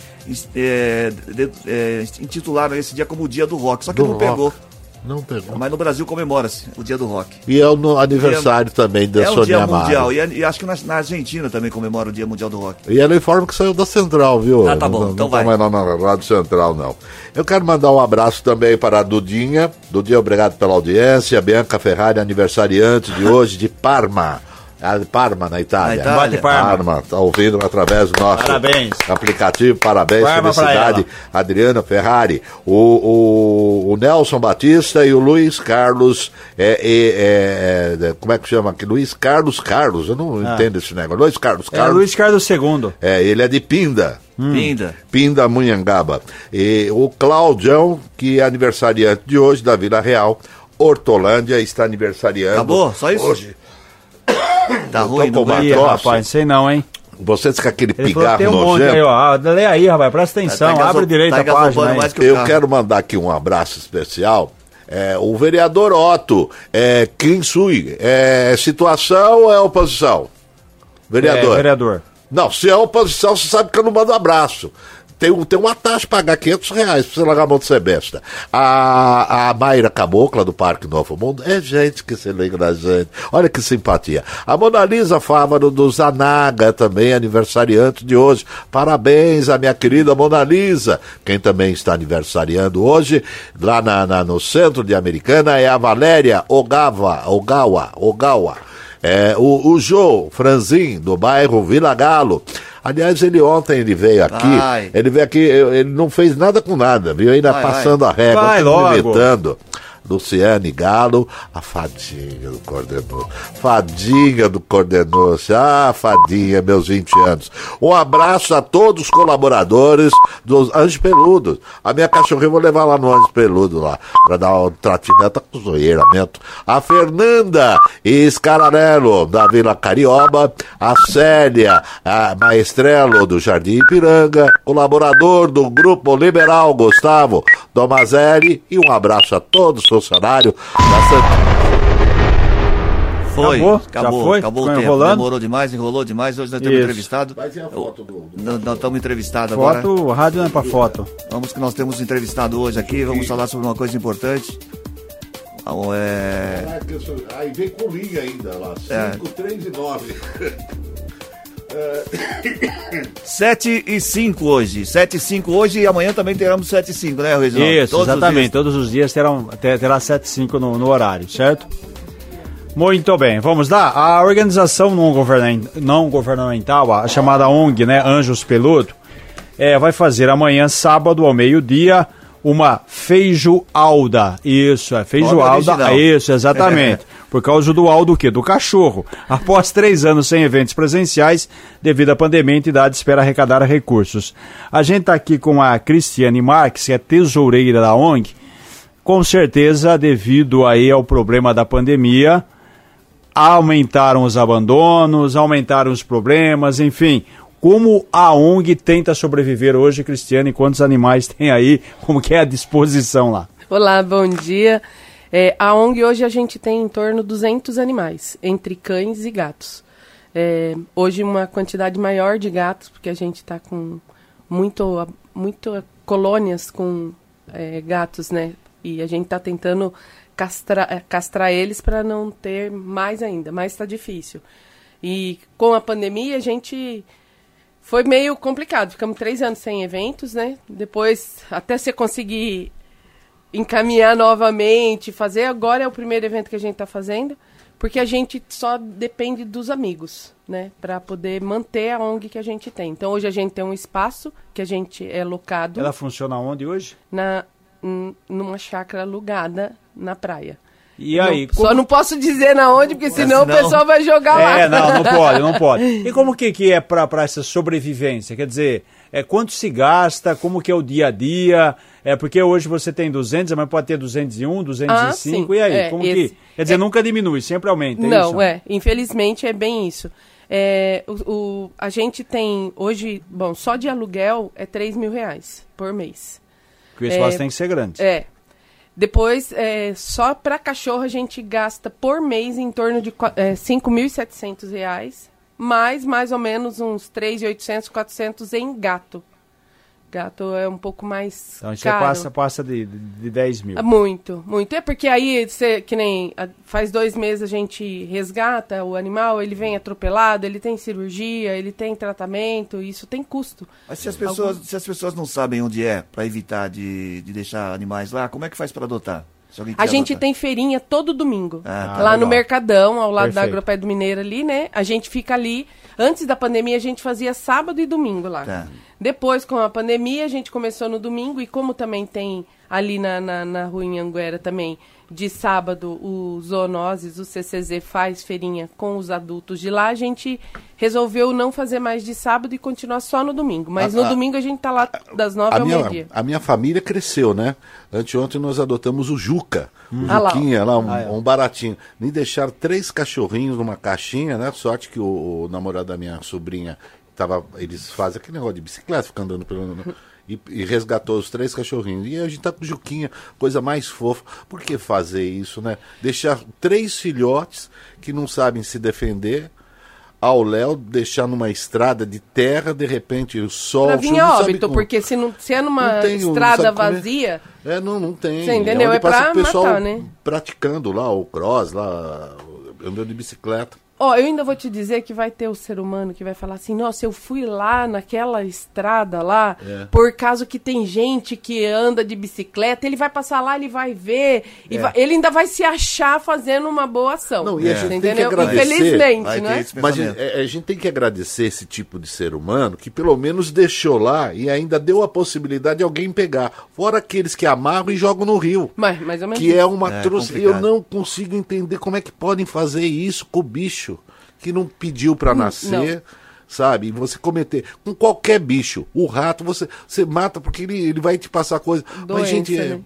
intitularam esse dia como o Dia do Rock, só que não pegou. Não pegou. Mas no Brasil comemora-se o Dia do Rock. E é o aniversário também da Sônia Mara. É o Dia Mundial. E acho que na Argentina também comemora o Dia Mundial do Rock. E ela informa que saiu da Central, viu? Tá bom, então vai. Não tá mais na Rádio Central, não. Eu quero mandar um abraço também para a Dudinha. Dudinha, obrigado pela audiência. Bianca Ferrari, aniversariante de hoje, de Parma. Parma, na Itália. Parma, tá ouvindo através do nosso aplicativo. Parabéns, Parma, felicidade. Adriana Ferrari, o Nelson Batista e o Luiz Carlos. Como é que chama aqui? Luiz Carlos, eu não entendo esse negócio. Luiz Carlos. Luiz Carlos II. Ele é de Pinda. Pinda, Munhangaba. E o Claudião, que é aniversariante de hoje, da Vila Real. Hortolândia, está aniversariando. Acabou? Só isso? Hoje. Tá ruim, não vai. Rapaz, sei não, hein? Vocês com aquele pigarro nojento. Lê aí, rapaz, presta atenção, abre direito a página. Eu quero mandar aqui um abraço especial. O vereador Otto, Kinsui, situação ou é oposição? Vereador. Não, se é oposição, você sabe que eu não mando abraço. Tem uma taxa, pagar R$500 pra você largar a mão de ser besta. A Mayra Cabocla, do Parque Novo Mundo, é gente que se liga na gente. Olha que simpatia. A Mona Lisa Fávaro, do Zanaga, também aniversariante de hoje. Parabéns à minha querida Mona Lisa. Quem também está aniversariando hoje, lá no centro de Americana, é a Valéria Ogawa. O Jô Franzin, do bairro Vila Galo. Aliás, ontem ele veio aqui, ele não fez nada com nada, viu? Ainda passando a régua, imitando. Luciane Galo, a fadinha do Cordenou. Fadinha do Cordenou. Ah, fadinha, meus 20 anos. Um abraço a todos os colaboradores dos Anjos Peludos. A minha cachorrinha eu vou levar lá no Anjos Peludo lá, pra dar um tratineta com zoeiramento. A Fernanda Scararello, da Vila Carioba. A Célia Maestrello, do Jardim Ipiranga. Colaborador do Grupo Liberal, Gustavo Domazelli. E um abraço a todos os funcionários da Santa... Acabou o tempo. Enrolando? Demorou demais, enrolou demais. Hoje nós temos entrevistado. Mas e a foto Nós estamos entrevistados agora. Foto, rádio não é pra foto. Vamos que nós temos entrevistado hoje aqui. Vamos falar sobre uma coisa importante. Aí vem com linha ainda lá. 5, 3 e 9. 7 e 5 hoje. 7 e 5 hoje e amanhã também teremos 7 e 5, né, Reginaldo? Isso, exatamente. Todos os dias terá 7 e 5 no horário, certo? Muito bem, vamos lá. A organização não governamental, a chamada ONG, né, Anjos Peludo, vai fazer amanhã, sábado, ao meio-dia, uma feijoalda. Isso, feijoalda. Isso, exatamente. Por causa do aldo o quê? Do cachorro. Após 3 anos sem eventos presenciais, devido à pandemia, a entidade espera arrecadar recursos. A gente está aqui com a Cristiane Marques, que é tesoureira da ONG. Com certeza, devido aí ao problema da pandemia, aumentaram os abandonos, aumentaram os problemas, enfim. Como a ONG tenta sobreviver hoje, Cristiane? Quantos animais tem aí? Como que é a disposição lá? Olá, bom dia. A ONG hoje a gente tem em torno de 200 animais, entre cães e gatos. Hoje uma quantidade maior de gatos, porque a gente está com muito colônias com gatos, né? E a gente está tentando castrar eles para não ter mais ainda, mas está difícil. E com a pandemia a gente foi meio complicado, ficamos 3 anos sem eventos, né? Depois, até você conseguir encaminhar novamente, fazer, agora é o primeiro evento que a gente está fazendo, porque a gente só depende dos amigos, né? Para poder manter a ONG que a gente tem. Então hoje a gente tem um espaço que a gente é locado. Ela funciona onde hoje? Numa chácara alugada na praia. E aí? Só não posso dizer na onde, porque senão o pessoal vai jogar lá. Não pode. E como que é para essa sobrevivência? Quer dizer, quanto se gasta, como que é o dia a dia? Porque hoje você tem 200, mas pode ter 201, 205, e aí? Como que... Quer dizer, nunca diminui, sempre aumenta, não, isso? Infelizmente é bem isso. A gente tem hoje, só de aluguel é R$3.000 por mês. Porque o espaço tem que ser grande. Depois, só para cachorro a gente gasta por mês em torno de R$5.700, mais ou menos uns 3.800, 400 em gato. Gato é um pouco mais então, caro. Então passa de 10 mil. Muito. É porque aí, que nem faz 2 meses a gente resgata o animal, ele vem atropelado, ele tem cirurgia, ele tem tratamento, isso tem custo. Mas se as pessoas não sabem onde é, para evitar de deixar animais lá, como é que faz para adotar? A gente tem feirinha todo domingo, lá no Mercadão, ao lado da Agropé do Mineiro ali, né? A gente fica ali. Antes da pandemia, a gente fazia sábado e domingo lá. Tá. Depois, com a pandemia, a gente começou no domingo. E como também tem ali na rua em Anguera também, de sábado, o Zoonoses, o CCZ faz feirinha com os adultos de lá, a gente resolveu não fazer mais de sábado e continuar só no domingo. Mas no domingo a gente tá lá das 9 ao meio-dia. A minha família cresceu, né? Anteontem nós adotamos o Juca. O Juquinha lá, um baratinho. Me deixaram 3 cachorrinhos numa caixinha, né? Sorte que o namorado da minha sobrinha eles fazem aquele negócio de bicicleta, ficam andando pelo... E resgatou os 3 cachorrinhos. E a gente tá com o Juquinha, coisa mais fofa. Por que fazer isso, né? Deixar 3 filhotes que não sabem se defender ao léu, deixar numa estrada de terra, de repente o sol... Pra vir a óbito, porque se é numa estrada vazia... Não tem. Você entendeu? É pra o pessoal matar, né? praticando lá o cross, lá, andando de bicicleta. Ó, eu ainda vou te dizer que vai ter o ser humano que vai falar assim, nossa, eu fui lá naquela estrada lá, por causa que tem gente que anda de bicicleta, ele vai passar lá, ele vai ver, ele ainda vai se achar fazendo uma boa ação. Não, e a gente tem que agradecer. Infelizmente, né? Mas a gente tem que agradecer esse tipo de ser humano que pelo menos deixou lá e ainda deu a possibilidade de alguém pegar. Fora aqueles que amarram e jogam no rio. Mais ou menos que é uma atrocidade. Eu não consigo entender como é que podem fazer isso com o bicho que não pediu para nascer, sabe? Você cometer com qualquer bicho. O rato você mata porque ele vai te passar coisa. Doença, mas, gente, né?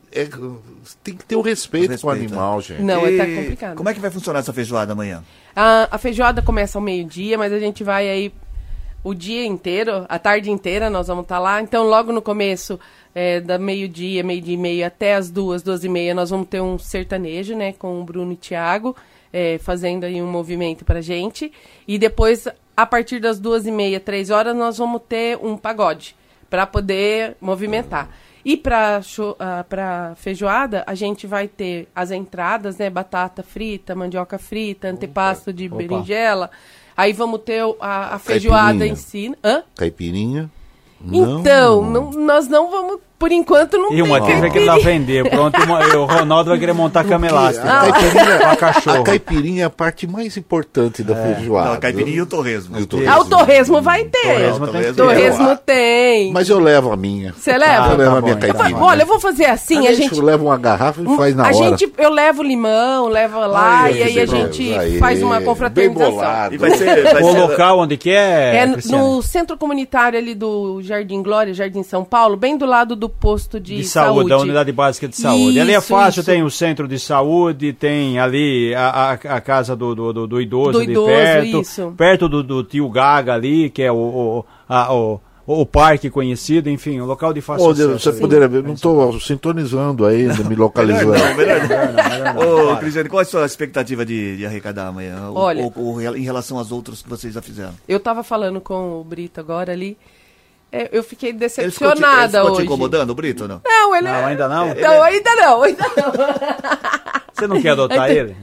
tem que ter o respeito com o animal, gente. Não, tá complicado. Como é que vai funcionar essa feijoada amanhã? A feijoada começa ao meio-dia, mas a gente vai aí o dia inteiro, a tarde inteira nós vamos estar lá. Então, logo no começo, da meio-dia e meio até as 2h30, nós vamos ter um sertanejo, né, com o Bruno e Thiago, fazendo aí um movimento pra gente. E depois, a partir das 2h30, 3h, nós vamos ter um pagode para poder movimentar. E para feijoada, a gente vai ter as entradas, né, batata frita, mandioca frita, antepasto de berinjela. Aí vamos ter a feijoada em si. Hã? Caipirinha? Então, nós não vamos, por enquanto, não tem. E uma tem que querer vender. Pronto, o Ronaldo vai querer montar cama elástica. A caipirinha é a parte mais importante da feijoada. Não, a caipirinha e o torresmo. O torresmo vai ter. Torresmo tem. Mas eu levo a minha. Você leva? Eu levo a minha caipirinha. Olha, eu vou fazer assim. A gente leva uma garrafa e faz na hora. Eu levo limão, levo lá e aí a gente faz uma confraternização. E vai ser o local onde que é? No centro comunitário ali do Jardim Glória, Jardim São Paulo, bem do lado do posto de saúde. Da unidade básica de saúde. Isso, ali é fácil, tem o centro de saúde, tem ali a casa do idoso ali perto. Isso. Perto do tio Gaga ali, que é o parque conhecido, enfim, o local de fácil acesso. Você poderia ver, não estou sintonizando ainda, me localizando. Melhor não. Ô, Cristiane, qual é a sua expectativa de arrecadar amanhã? Olha, ou em relação aos outros que vocês já fizeram? Eu estava falando com o Brito agora ali. Eu fiquei decepcionada hoje. Ele ficou te incomodando, o Brito, ou não? Não, ele... Não, ainda não? Não, ainda não. Você não quer adotar ele?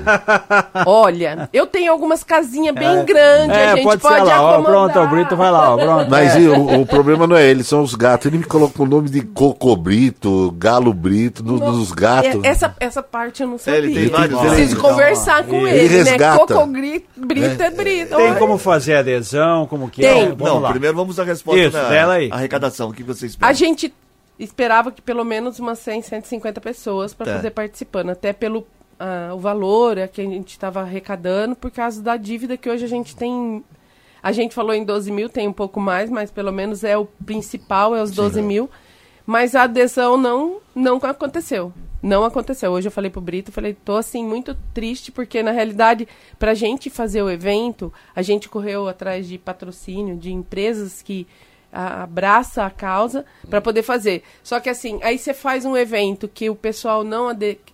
Olha, eu tenho algumas casinhas bem grandes, a gente pode ser lá. acomodar. Pronto, o Brito vai lá. Pronto. Mas o problema não é ele, são os gatos. Ele me colocou o nome de Cocobrito, Galo Brito, nos gatos. Essa parte eu não sabia. Ele tem vários. Preciso conversar com ele, né? Cocobrito é Brito. Tem como fazer adesão, como que tem. É? Vamos lá. Primeiro vamos à resposta dela aí. Arrecadação. O que você espera? A gente esperava que pelo menos umas 100, 150 pessoas para poder participando, até pelo o valor que a gente estava arrecadando, por causa da dívida que hoje a gente tem. A gente falou em 12 mil, tem um pouco mais, mas pelo menos é o principal, é os 12 mil. Mas a adesão não aconteceu. Não aconteceu. Hoje eu falei pro Brito, tô assim, muito triste, porque na realidade, pra gente fazer o evento, a gente correu atrás de patrocínio, de empresas que abraça a causa para poder fazer. Só que assim, aí você faz um evento que o pessoal não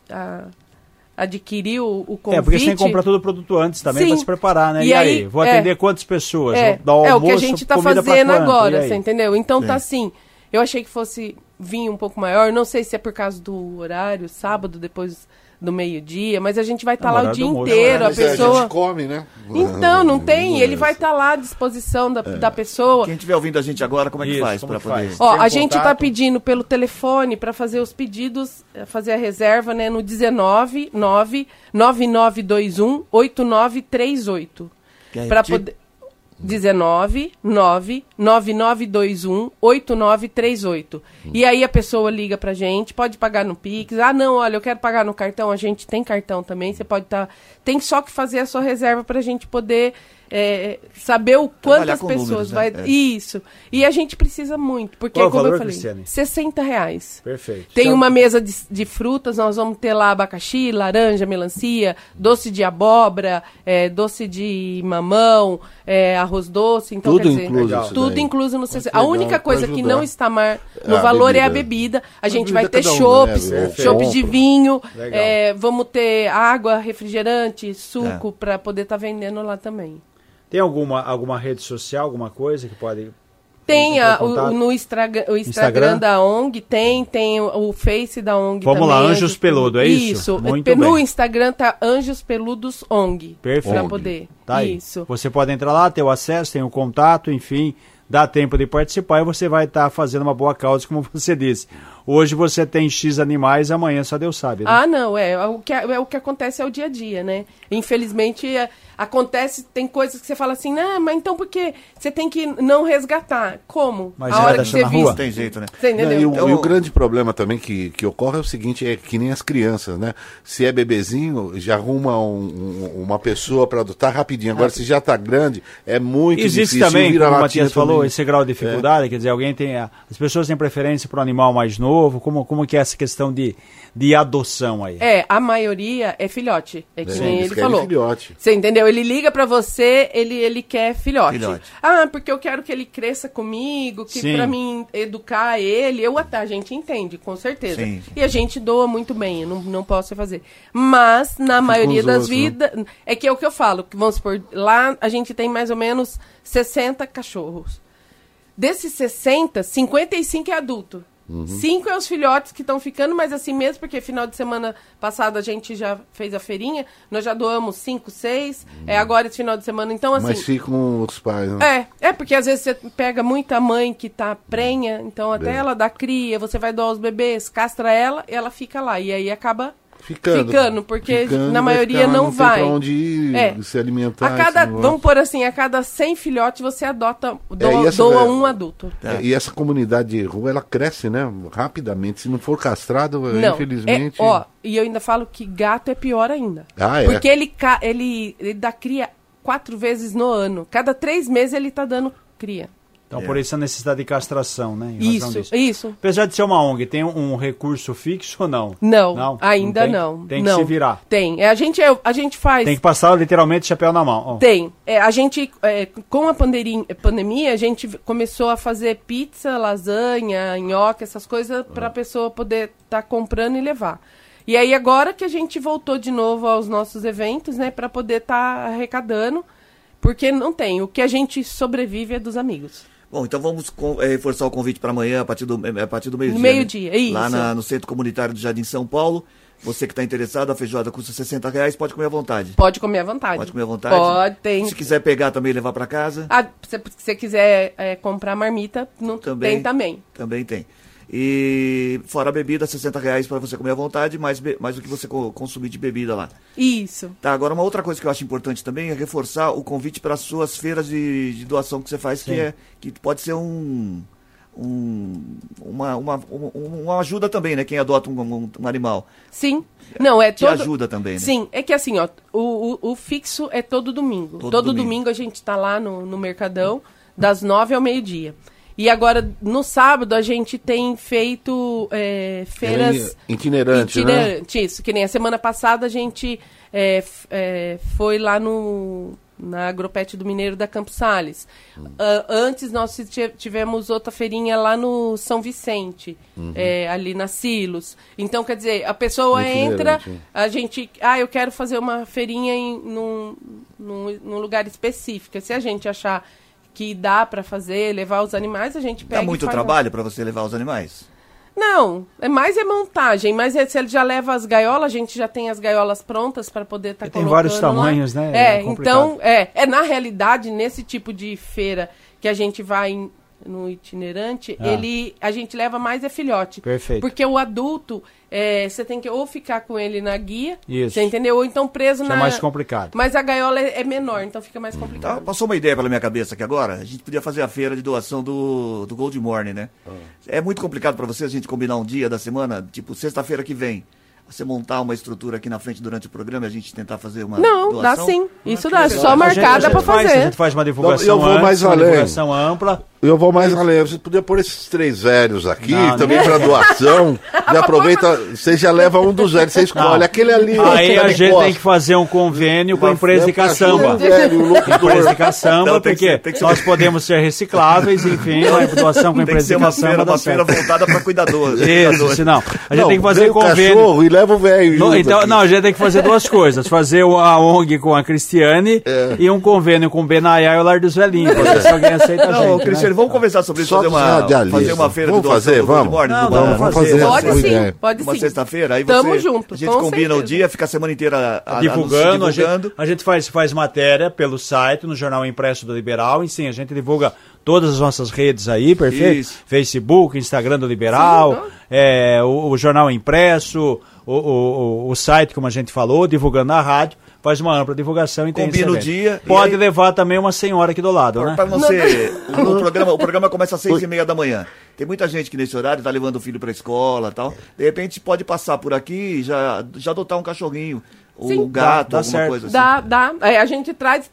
adquiriu o convite. Porque você tem que comprar todo o produto antes também para se preparar, né? E aí, vou atender quantas pessoas? O que a gente tá fazendo agora, você entendeu? Então tá assim, eu achei que fosse vir um pouco maior, não sei se é por causa do horário, sábado, depois do meio-dia, mas a gente vai estar lá o dia inteiro, a pessoa... A gente come, né? Então, não tem, ele vai estar lá à disposição da pessoa. Quem estiver ouvindo a gente agora, como é que faz para poder... Ó, a gente está pedindo pelo telefone para fazer os pedidos, fazer a reserva, né, no 19 9921 8938. Para poder... 19 9921 8938. E aí a pessoa liga pra gente, pode pagar no Pix. Ah, não, olha, eu quero pagar no cartão. A gente tem cartão também, você pode estar... Tem só que fazer a sua reserva pra gente poder saber o quantas pessoas números, vai... Né? Isso. E a gente precisa muito, porque qual como valor, eu falei, Cristiane? R$60. Perfeito. Tem uma mesa de frutas, nós vamos ter lá abacaxi, laranja, melancia, doce de abóbora, doce de mamão, arroz doce, então tudo quer dizer, incluso tudo incluso no 60. A única coisa que não está no valor é a bebida. A gente vai ter chopps, chopps de vinho, vamos ter água, refrigerante, suco para poder estar vendendo lá também. Tem alguma rede social, alguma coisa que pode Tem no Instagram da ONG, tem o Face da ONG Vamos também. Lá, Anjos Peludo, é isso? Isso. Muito no bem. Instagram tá Anjos Peludos ONG. Perfeito. Pra poder. Tá aí. Isso. Você pode entrar lá, ter o acesso, tem o contato, enfim, dá tempo de participar e você vai estar fazendo uma boa causa, como você disse. Hoje você tem X animais, amanhã só Deus sabe, né? Ah, não, o que acontece é o dia a dia, né? Infelizmente, acontece, tem coisas que você fala assim, mas então por que você tem que não resgatar? Como? Mas a hora que você não tem jeito, né? Você entendeu? Não, e o grande problema também que ocorre é o seguinte, é que nem as crianças, né? Se é bebezinho, já arruma uma pessoa para adotar rapidinho. Agora, se já está grande, é muito Existe difícil. Também, como o Matias falou, também. esse grau de dificuldade, quer dizer, alguém tem... As pessoas têm preferência para um animal mais novo, como que é essa questão de adoção aí? A maioria é filhote, é que nem ele falou. Filhote. Você entendeu? Ele liga pra você, ele quer filhote. Porque eu quero que ele cresça comigo, que pra mim educar ele, a gente entende, com certeza. Sim. E a gente doa muito bem, eu não posso fazer. Mas, na maioria das vidas, é que é o que eu falo, que vamos supor, lá a gente tem mais ou menos 60 cachorros. Desses 60, 55 é adulto. 5 é os filhotes que estão ficando, mas assim mesmo, porque final de semana passado a gente já fez a feirinha, nós já doamos 5, 6, agora esse final de semana, então assim... Mas ficam os pais, né? Porque às vezes você pega muita mãe que tá prenha, então até ela dá cria, você vai doar os bebês, castra ela, e ela fica lá, e aí acaba... Ficando, porque na maioria não vai. Tem pra onde ir, se alimentar. Vamos pôr assim, a cada 100 filhotes você doa um adulto. E essa comunidade de rua, ela cresce, né? Rapidamente. Se não for castrado, infelizmente... E eu ainda falo que gato é pior ainda. Porque ele dá cria 4 vezes no ano. Cada 3 meses ele tá dando cria. Então, por isso a necessidade de castração, né? Isso. Apesar de ser uma ONG, tem um recurso fixo ou não? Não, ainda não. Tem que se virar. Tem. A gente faz... Tem que passar literalmente chapéu na mão. Tem. A gente, com a pandemia, a gente começou a fazer pizza, lasanha, nhoque, essas coisas, para a pessoa poder estar comprando e levar. E aí, agora que a gente voltou de novo aos nossos eventos, né, para poder estar arrecadando, porque não tem. O que a gente sobrevive é dos amigos. Bom, então vamos reforçar o convite para amanhã, a partir do meio-dia. Meio-dia, né? isso. Lá no Centro Comunitário do Jardim São Paulo. Você que está interessado, a feijoada custa R$60, pode comer à vontade. Pode comer à vontade. Pode comer à vontade? Pode, tem. Se quiser pegar também e levar para casa. Se você quiser comprar marmita, tem também. Também tem. E fora a bebida, R$60 para você comer à vontade, mais o que você consumir de bebida lá. Isso. Tá, agora uma outra coisa que eu acho importante também é reforçar o convite para as suas feiras de doação que você faz, que pode ser uma ajuda também, né? Quem adota um animal. Sim. Não, te ajuda também, né? Sim, é que assim, o fixo é todo domingo. Todo domingo a gente tá lá no Mercadão, das 9 ao meio-dia. E agora, no sábado, a gente tem feito feiras... Itinerante, né? Isso, que nem a semana passada a gente foi lá na Agropet do Mineiro da Campos Sales. Antes nós tivemos outra feirinha lá no São Vicente, ali na Silos. Então, quer dizer, a pessoa entra, a gente... eu quero fazer uma feirinha num lugar específico. Se a gente achar que dá para fazer, levar os animais, a gente pega. Dá muito trabalho para você levar os animais? Não, mais montagem, mas se ele já leva as gaiolas, a gente já tem as gaiolas prontas para poder estar colocando. Tem vários tamanhos, lá. né? Então, na realidade, nesse tipo de feira que a gente vai no itinerante, a gente leva mais filhote. Perfeito. Porque o adulto, você tem que ou ficar com ele na guia, isso. Você entendeu? Ou então preso é mais complicado. Mas a gaiola é menor, então fica mais complicado. Passou uma ideia pela minha cabeça aqui agora, a gente podia fazer a feira de doação do Gold Morning, né? É muito complicado para você a gente combinar um dia da semana, tipo sexta-feira que vem. Você montar uma estrutura aqui na frente durante o programa e a gente tentar fazer uma doação? Dá sim. Isso dá. Só marcada para fazer. A gente faz uma divulgação ampla. Eu vou mais além. Você podia pôr esses 3 velhos aqui, também para doação. E aproveita, você já leva um dos velhos, você escolhe aquele ali. Aí a gente tem que fazer um convênio com a empresa de caçamba. Empresa de caçamba, porque nós podemos ser recicláveis, enfim, a doação com a empresa de caçamba. Uma feira voltada para cuidadores. Isso, senão. A gente tem que fazer convênio. E leva o velho junto. Então, a gente tem que fazer 2 coisas. Fazer a ONG com a Cristiane e um convênio com o Benaiá e o Lar dos Velhinhos. Se alguém aceita a gente. Cristiane, Cristiane, vamos conversar sobre isso, fazer uma feira vamos fazer, vamos. Vamos fazer. Pode sim, pode sim. Uma sexta-feira, aí Tamo junto, a gente combina o dia, fica a semana inteira divulgando. A gente faz matéria pelo site, no Jornal Impresso do Liberal, e sim, a gente divulga todas as nossas redes aí, perfeito? Isso. Facebook, Instagram do Liberal, o Jornal Impresso, o site, como a gente falou, divulgando na rádio, faz uma ampla divulgação e tem combina o dia. Pode levar também uma senhora aqui do lado, né? Para não ser... o programa começa às 6h30 da manhã. Tem muita gente que nesse horário tá levando o filho pra escola e tal. De repente pode passar por aqui e já adotar um cachorrinho. Um gato, dá alguma certo. coisa assim. Dá. A gente traz,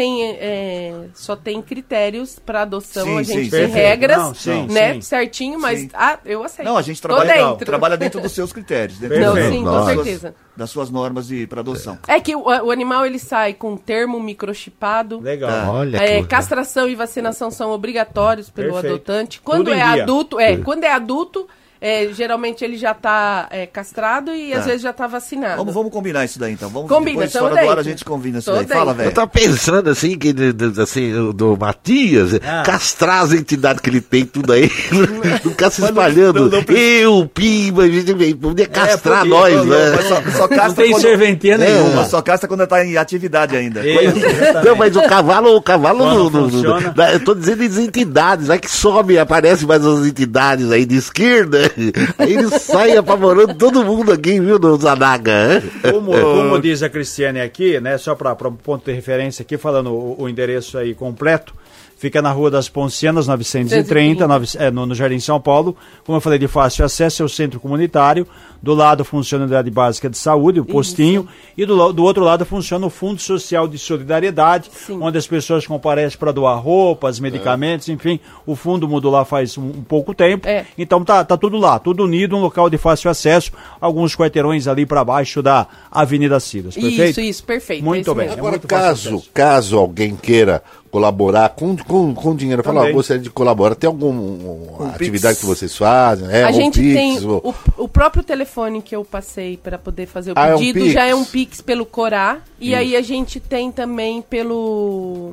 só tem critérios para adoção, a gente tem regras, certinho, mas eu aceito. Não, a gente trabalha dentro dos seus critérios. Com certeza. Das suas normas para adoção. É que o animal ele sai com termo microchipado. Legal. Olha castração e vacinação são obrigatórios pelo adotante. Quando é adulto, geralmente ele já está castrado e às vezes já está vacinado. Vamos combinar isso daí então. Combina, depois, fora do ar a gente combina isso daí. Fala, velho. Eu tava pensando assim, que do Matias, castrar as entidades que ele tem, tudo aí, não ficar se espalhando. Eu, Pimba, a gente podia castrar nós, né? Só não tem serventia nenhuma. Só castra quando está em atividade ainda. Não, mas o cavalo não, eu tô dizendo as entidades, aí que some, aparece mais as entidades aí de esquerda. Aí ele sai apavorando todo mundo aqui, viu, do Zanaga. Como diz a Cristiane aqui, né, só para um ponto de referência aqui, falando o endereço aí completo, fica na Rua das Poncianas, 930, no Jardim São Paulo. Como eu falei, de fácil acesso, é o centro comunitário. Do lado funciona a Unidade Básica de Saúde, o postinho. E do outro lado funciona o Fundo Social de Solidariedade, onde as pessoas comparecem para doar roupas, medicamentos, enfim. O fundo mudou lá faz um pouco tempo. Então tá tudo lá, tudo unido, um local de fácil acesso. Alguns quarteirões ali para baixo da Avenida Silas, perfeito? Isso, perfeito. Muito bem. Agora, caso alguém queira colaborar com dinheiro, falar, gostaria de colaborar, tem alguma atividade que vocês fazem? A gente tem o próprio telefone que eu passei para poder fazer o pedido, já é um Pix pelo Corá, e aí a gente tem também pelo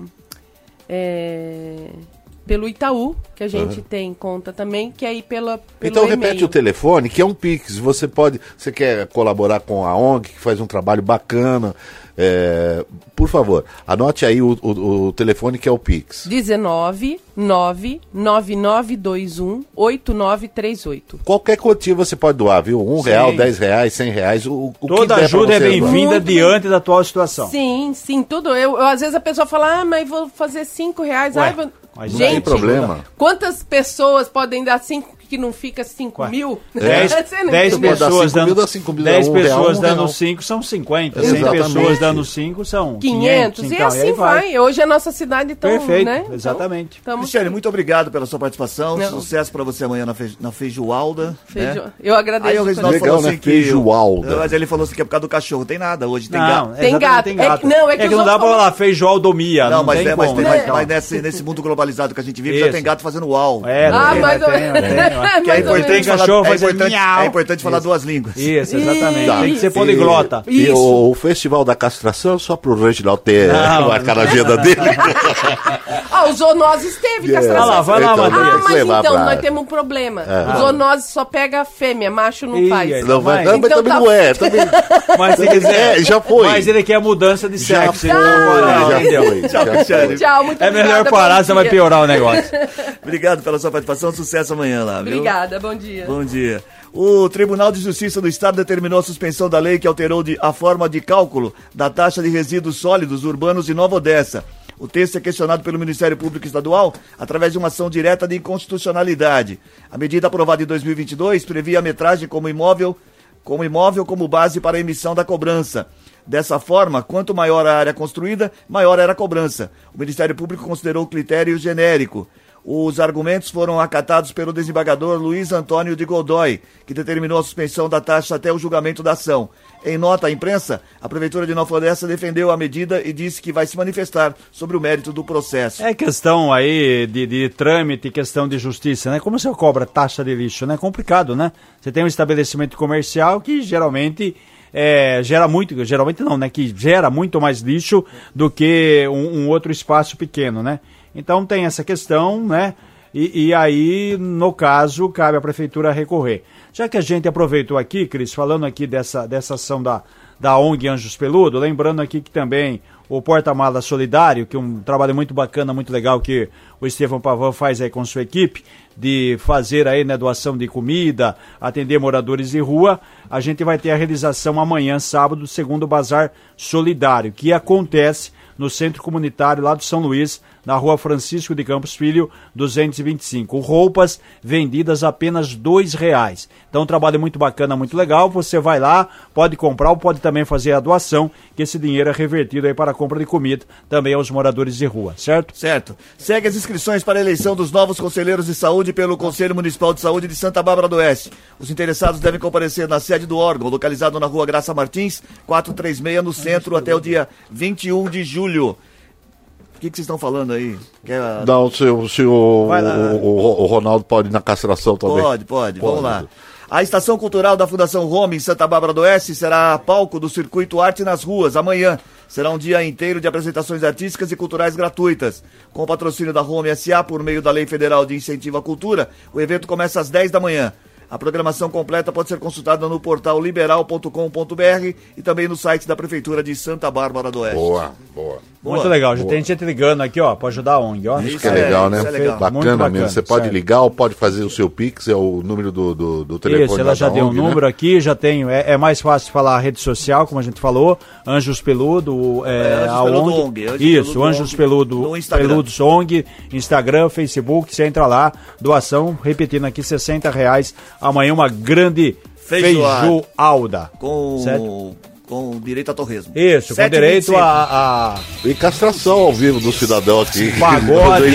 Itaú, que a gente tem conta também, que é aí pelo então e-mail. Repete o telefone, que é um Pix, você quer colaborar com a ONG, que faz um trabalho bacana, por favor, anote aí o telefone que é o Pix. 19-9921-8938. Qualquer quantia você pode doar, viu? R$1, R$10, R$100. Toda ajuda é bem-vinda diante da atual situação. Sim, tudo. Às vezes a pessoa fala, mas vou fazer R$5. Mas não tem problema. Quantas pessoas podem dar 5 que não fica 5 mil? 10 pessoas dando 5 são 50. 100 pessoas dando 5 são 500. E assim vai. Hoje a nossa cidade está... Perfeito, né? exatamente. Cristiane, muito obrigado pela sua participação. Sucesso para você amanhã na feijoalda. Eu agradeço. Aí o Reginaldo falou assim feijoalda. Mas ele falou assim que é por causa do cachorro. Tem nada, hoje tem gato. Tem gato. É que não dá para falar feijoaldomia. Não, mas nesse mundo globalizado que a gente vive, já tem gato fazendo uau. Mas que é importante falar duas línguas. Isso, exatamente. Tem que ser poliglota. E o Festival da Castração, só pro Reginaldo ter marcado a agenda dele. O zoonoses teve castração. Vai lá, Matheus. Mas então, nós temos um problema. O zoonoses só pega a fêmea, macho não faz. Não, mas também não é. Mas se quiser, já foi. Mas ele quer mudança de sexo. Tchau, muito obrigada. É melhor parar, senão vai piorar o negócio. Obrigado pela sua participação, sucesso amanhã lá, viu? Obrigada, bom dia. Bom dia. O Tribunal de Justiça do Estado determinou a suspensão da lei que alterou a forma de cálculo da taxa de resíduos sólidos urbanos de Nova Odessa. O texto é questionado pelo Ministério Público Estadual através de uma ação direta de inconstitucionalidade. A medida aprovada em 2022 previa a metragem como imóvel como base para a emissão da cobrança. Dessa forma, quanto maior a área construída, maior era a cobrança. O Ministério Público considerou o critério genérico. Os argumentos foram acatados pelo desembargador Luiz Antônio de Godoy, que determinou a suspensão da taxa até o julgamento da ação. Em nota à imprensa, a Prefeitura de Nova Odessa defendeu a medida e disse que vai se manifestar sobre o mérito do processo. É questão aí de trâmite, questão de justiça, né? Como você cobra taxa de lixo, né? Complicado, né? Você tem um estabelecimento comercial que geralmente gera muito mais lixo do que um outro espaço pequeno, né? Então tem essa questão, né? E aí, no caso, cabe à prefeitura recorrer. Já que a gente aproveitou aqui, Cris, falando aqui dessa ação da ONG Anjos Peludo, lembrando aqui que também o Porta-Mala Solidário, que é um trabalho muito bacana, muito legal que o Estevão Pavão faz aí com sua equipe, de fazer aí, né, doação de comida, atender moradores de rua, a gente vai ter a realização amanhã, sábado, do segundo Bazar Solidário, que acontece no Centro Comunitário lá do São Luís, na Rua Francisco de Campos Filho, 225. Roupas vendidas apenas R$2. Então um trabalho muito bacana, muito legal. Você vai lá, pode comprar ou pode também fazer a doação, que esse dinheiro é revertido aí para a compra de comida também aos moradores de rua, certo? Certo. Segue as inscrições para a eleição dos novos conselheiros de saúde pelo Conselho Municipal de Saúde de Santa Bárbara do Oeste. Os interessados devem comparecer na sede do órgão, localizado na Rua Graça Martins, 436, no centro, até o dia 21 de julho. O que vocês estão falando aí? Não, se o Ronaldo pode ir na castração também. Pode. Vamos lá. A Estação Cultural da Fundação Home em Santa Bárbara do Oeste será palco do Circuito Arte nas Ruas amanhã. Será um dia inteiro de apresentações artísticas e culturais gratuitas. Com o patrocínio da Home SA por meio da Lei Federal de Incentivo à Cultura, o evento começa às 10 da manhã. A programação completa pode ser consultada no portal liberal.com.br e também no site da Prefeitura de Santa Bárbara do Oeste. Boa. Muito legal, já tem gente ligando aqui, ó, para ajudar a ONG, ó. Isso que é legal, né? Isso é legal. Bacana mesmo. Você pode ligar ou pode fazer o seu Pix, é o número do telefone. Isso, ela já deu um número aqui, já tenho. É mais fácil falar a rede social, como a gente falou. Anjos Peludo, a ONG. Isso, Anjos Peludo, Peludos ONG, Instagram, Facebook, você entra lá, doação, repetindo aqui, R$60. Amanhã uma grande feijoada. Com direito a torresmo. Isso, com direito a... E castração ao vivo do cidadão aqui. Pagode.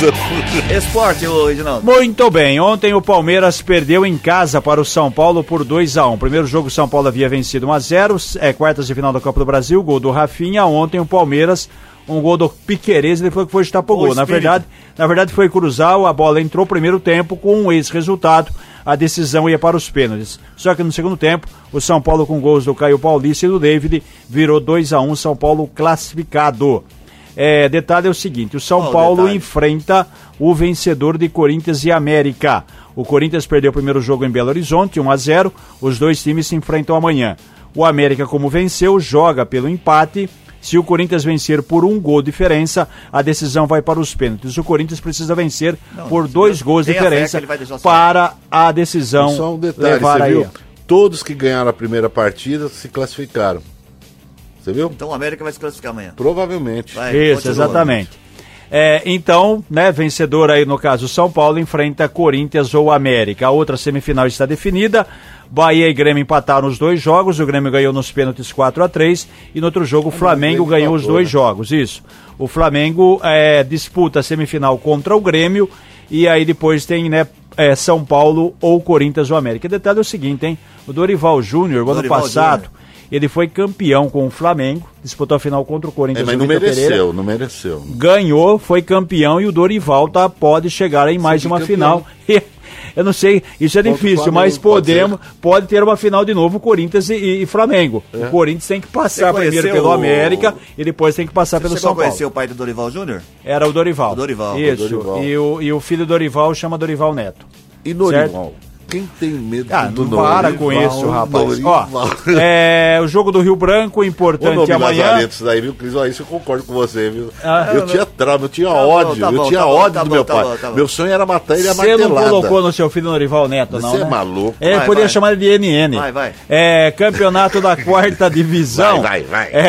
Esporte, Reginaldo. Muito bem, ontem o Palmeiras perdeu em casa para o São Paulo por 2-1. Primeiro jogo o São Paulo havia vencido 1-0, quartas de final da Copa do Brasil, gol do Rafinha. Ontem o Palmeiras, um gol do Piquerez, ele foi que foi chutar pro gol. Na verdade foi cruzar, a bola entrou primeiro tempo com esse resultado. A decisão ia para os pênaltis. Só que no segundo tempo, o São Paulo com gols do Caio Paulista e do David virou 2-1, São Paulo classificado. Detalhe é o seguinte, o São Paulo enfrenta o vencedor de Corinthians e América. O Corinthians perdeu o primeiro jogo em Belo Horizonte, 1-0, os dois times se enfrentam amanhã. O América, como venceu, joga pelo empate. Se o Corinthians vencer por um gol de diferença, a decisão vai para os pênaltis. O Corinthians precisa vencer por 2 gols de diferença para a decisão só um detalhe, levar aí. Todos que ganharam a primeira partida se classificaram. Você viu? Então o América vai se classificar amanhã. Provavelmente. Isso, exatamente. Então, né, vencedor aí no caso São Paulo enfrenta Corinthians ou América. A outra semifinal está definida. Bahia e Grêmio empataram os 2 jogos, o Grêmio ganhou nos pênaltis 4-3 e no outro jogo o Flamengo ganhou os 2 jogos, isso. O Flamengo disputa a semifinal contra o Grêmio e aí depois tem, né, São Paulo ou Corinthians ou América. O detalhe é o seguinte, hein, o Dorival Júnior, ano passado, ele foi campeão com o Flamengo, disputou a final contra o Corinthians. Mas não mereceu. Ganhou, foi campeão e o Dorival pode chegar em mais uma final. Eu não sei, isso é difícil, mas pode ter uma final de novo, Corinthians e Flamengo. O Corinthians tem que passar primeiro pelo América e depois tem que passar pelo São Paulo. Você conheceu o pai do Dorival Júnior? Era o Dorival. Isso, Dorival. E o filho do Dorival chama Dorival Neto. E Dorival? Quem tem medo do Norival? Para com isso, rapaz. Ó, o jogo do Rio Branco, importante amanhã. Isso daí, viu, Cris? Isso eu concordo com você, viu? Eu tinha trauma, eu tinha ódio. Eu tinha ódio do meu pai. Meu sonho era matar ele a martelada. Você não colocou no seu filho Norival Neto, não? Você é maluco. Poderia chamar ele de NN. Vai. Campeonato da 4ª divisão. Vai.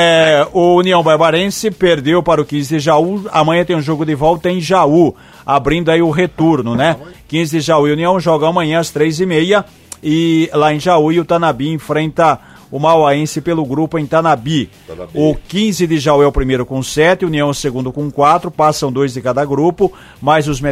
O União Barbarense perdeu para o 15 de Jaú. Amanhã tem um jogo de volta em Jaú, abrindo aí o retorno, né? 15 de Jaú e União jogam amanhã às 3h30 e lá em Jaú e o Tanabi enfrenta o Mauaense pelo grupo em Tanabi. O 15 de Jaú é o primeiro com 7, União o segundo com 4, passam 2 de cada grupo, mais os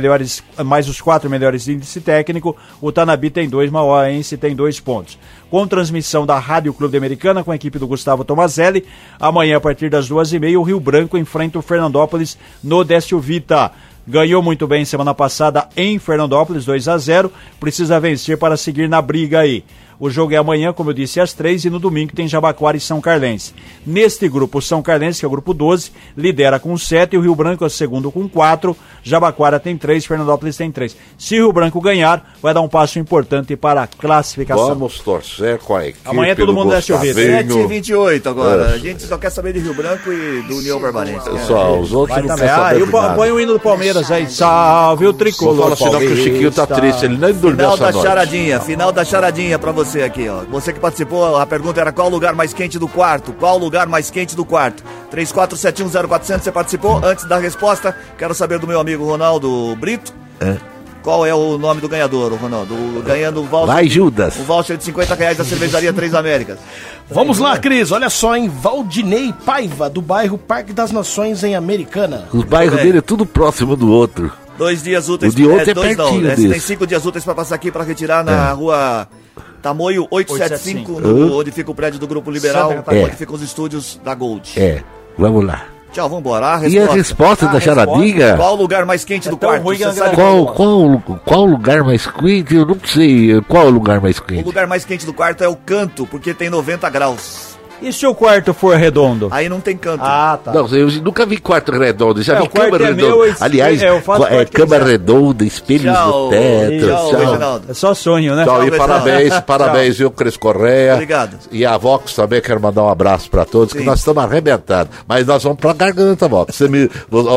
4 melhores de índice técnico, o Tanabi tem 2, Mauaense tem 2 pontos. Com transmissão da Rádio Clube Americana com a equipe do Gustavo Tomazelli, amanhã a partir das 2h30 o Rio Branco enfrenta o Fernandópolis no Décio Vita. Ganhou muito bem semana passada em Fernandópolis, 2-0, precisa vencer para seguir na briga aí. O jogo é amanhã, como eu disse, às 3, e no domingo tem Jabaquara e São Carlense. Neste grupo, o São Carlense, que é o grupo 12, lidera com 7, e o Rio Branco é o segundo com 4, Jabaquara tem 3, Fernandópolis tem 3. Se o Rio Branco ganhar, vai dar um passo importante para a classificação. Vamos torcer com a equipe. Amanhã todo mundo desce o vídeo. 7h28 agora. A gente só quer saber de Rio Branco e do União Barbarense. Só, os outros não querem saber de nada. Põe o hino do Palmeiras aí. Salve o tricolor. Fala senão que o Chiquinho tá triste, ele nem dormiu essa noite. Final da charadinha pra você aqui, ó. Você que participou, a pergunta era qual o lugar mais quente do quarto? Qual o lugar mais quente do quarto? 34710400, você participou? Antes da resposta, quero saber do meu amigo Ronaldo Brito. Qual é o nome do ganhador, Ronaldo? Ganhando o voucher. Vai, Judas. O voucher de R$50 da cervejaria Três Américas. Vamos lá, Cris. Olha só, hein? Valdinei Paiva, do bairro Parque das Nações, em Americana. Os bairros dele é tudo próximo do outro. 2 dias úteis. O de outro é pertinho desse. Tem 5 dias úteis pra passar aqui pra retirar na rua Tamoio 875, onde fica o prédio do Grupo Liberal, onde ficam os estúdios da Gold. Vamos lá. Tchau, vambora. E a resposta da charadinha? Qual o lugar mais quente do quarto? Qual o lugar mais quente? Eu não sei. Qual o lugar mais quente? O lugar mais quente do quarto é o canto, porque tem 90 graus. E se o quarto for redondo? Aí não tem canto. Ah, tá. Não, eu nunca vi quarto redondo, já vi cama redonda. Meu, aliás, cama redonda, espelhos no teto. Tchau. É só sonho, né? Tchau, e parabéns, viu, Cris Correia. Obrigado. E a Vox também, quero mandar um abraço pra todos, que nós estamos arrebentados. Mas nós vamos pra garganta, Vox. Você me...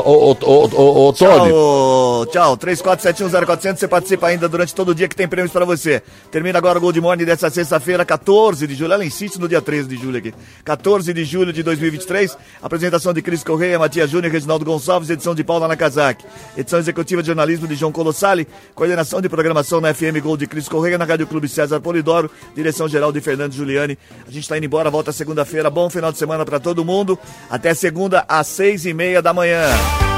Ô, Tony. Tchau, 34710400, você participa ainda durante todo o dia que tem prêmios pra você. Termina agora o Gold Morning dessa sexta-feira, 14 de julho. Ela insiste no dia 13 de julho aqui. 14 de julho de 2023, apresentação de Cris Correia, Matias Júnior e Reginaldo Gonçalves, edição de Paula Nakazaki, edição executiva de jornalismo de João Colossali, coordenação de programação na FM Gold de Cris Correia, na Rádio Clube César Polidoro, direção geral de Fernando Giuliani. A gente tá indo embora, volta segunda-feira, bom final de semana pra todo mundo, até segunda às 6h30 da manhã.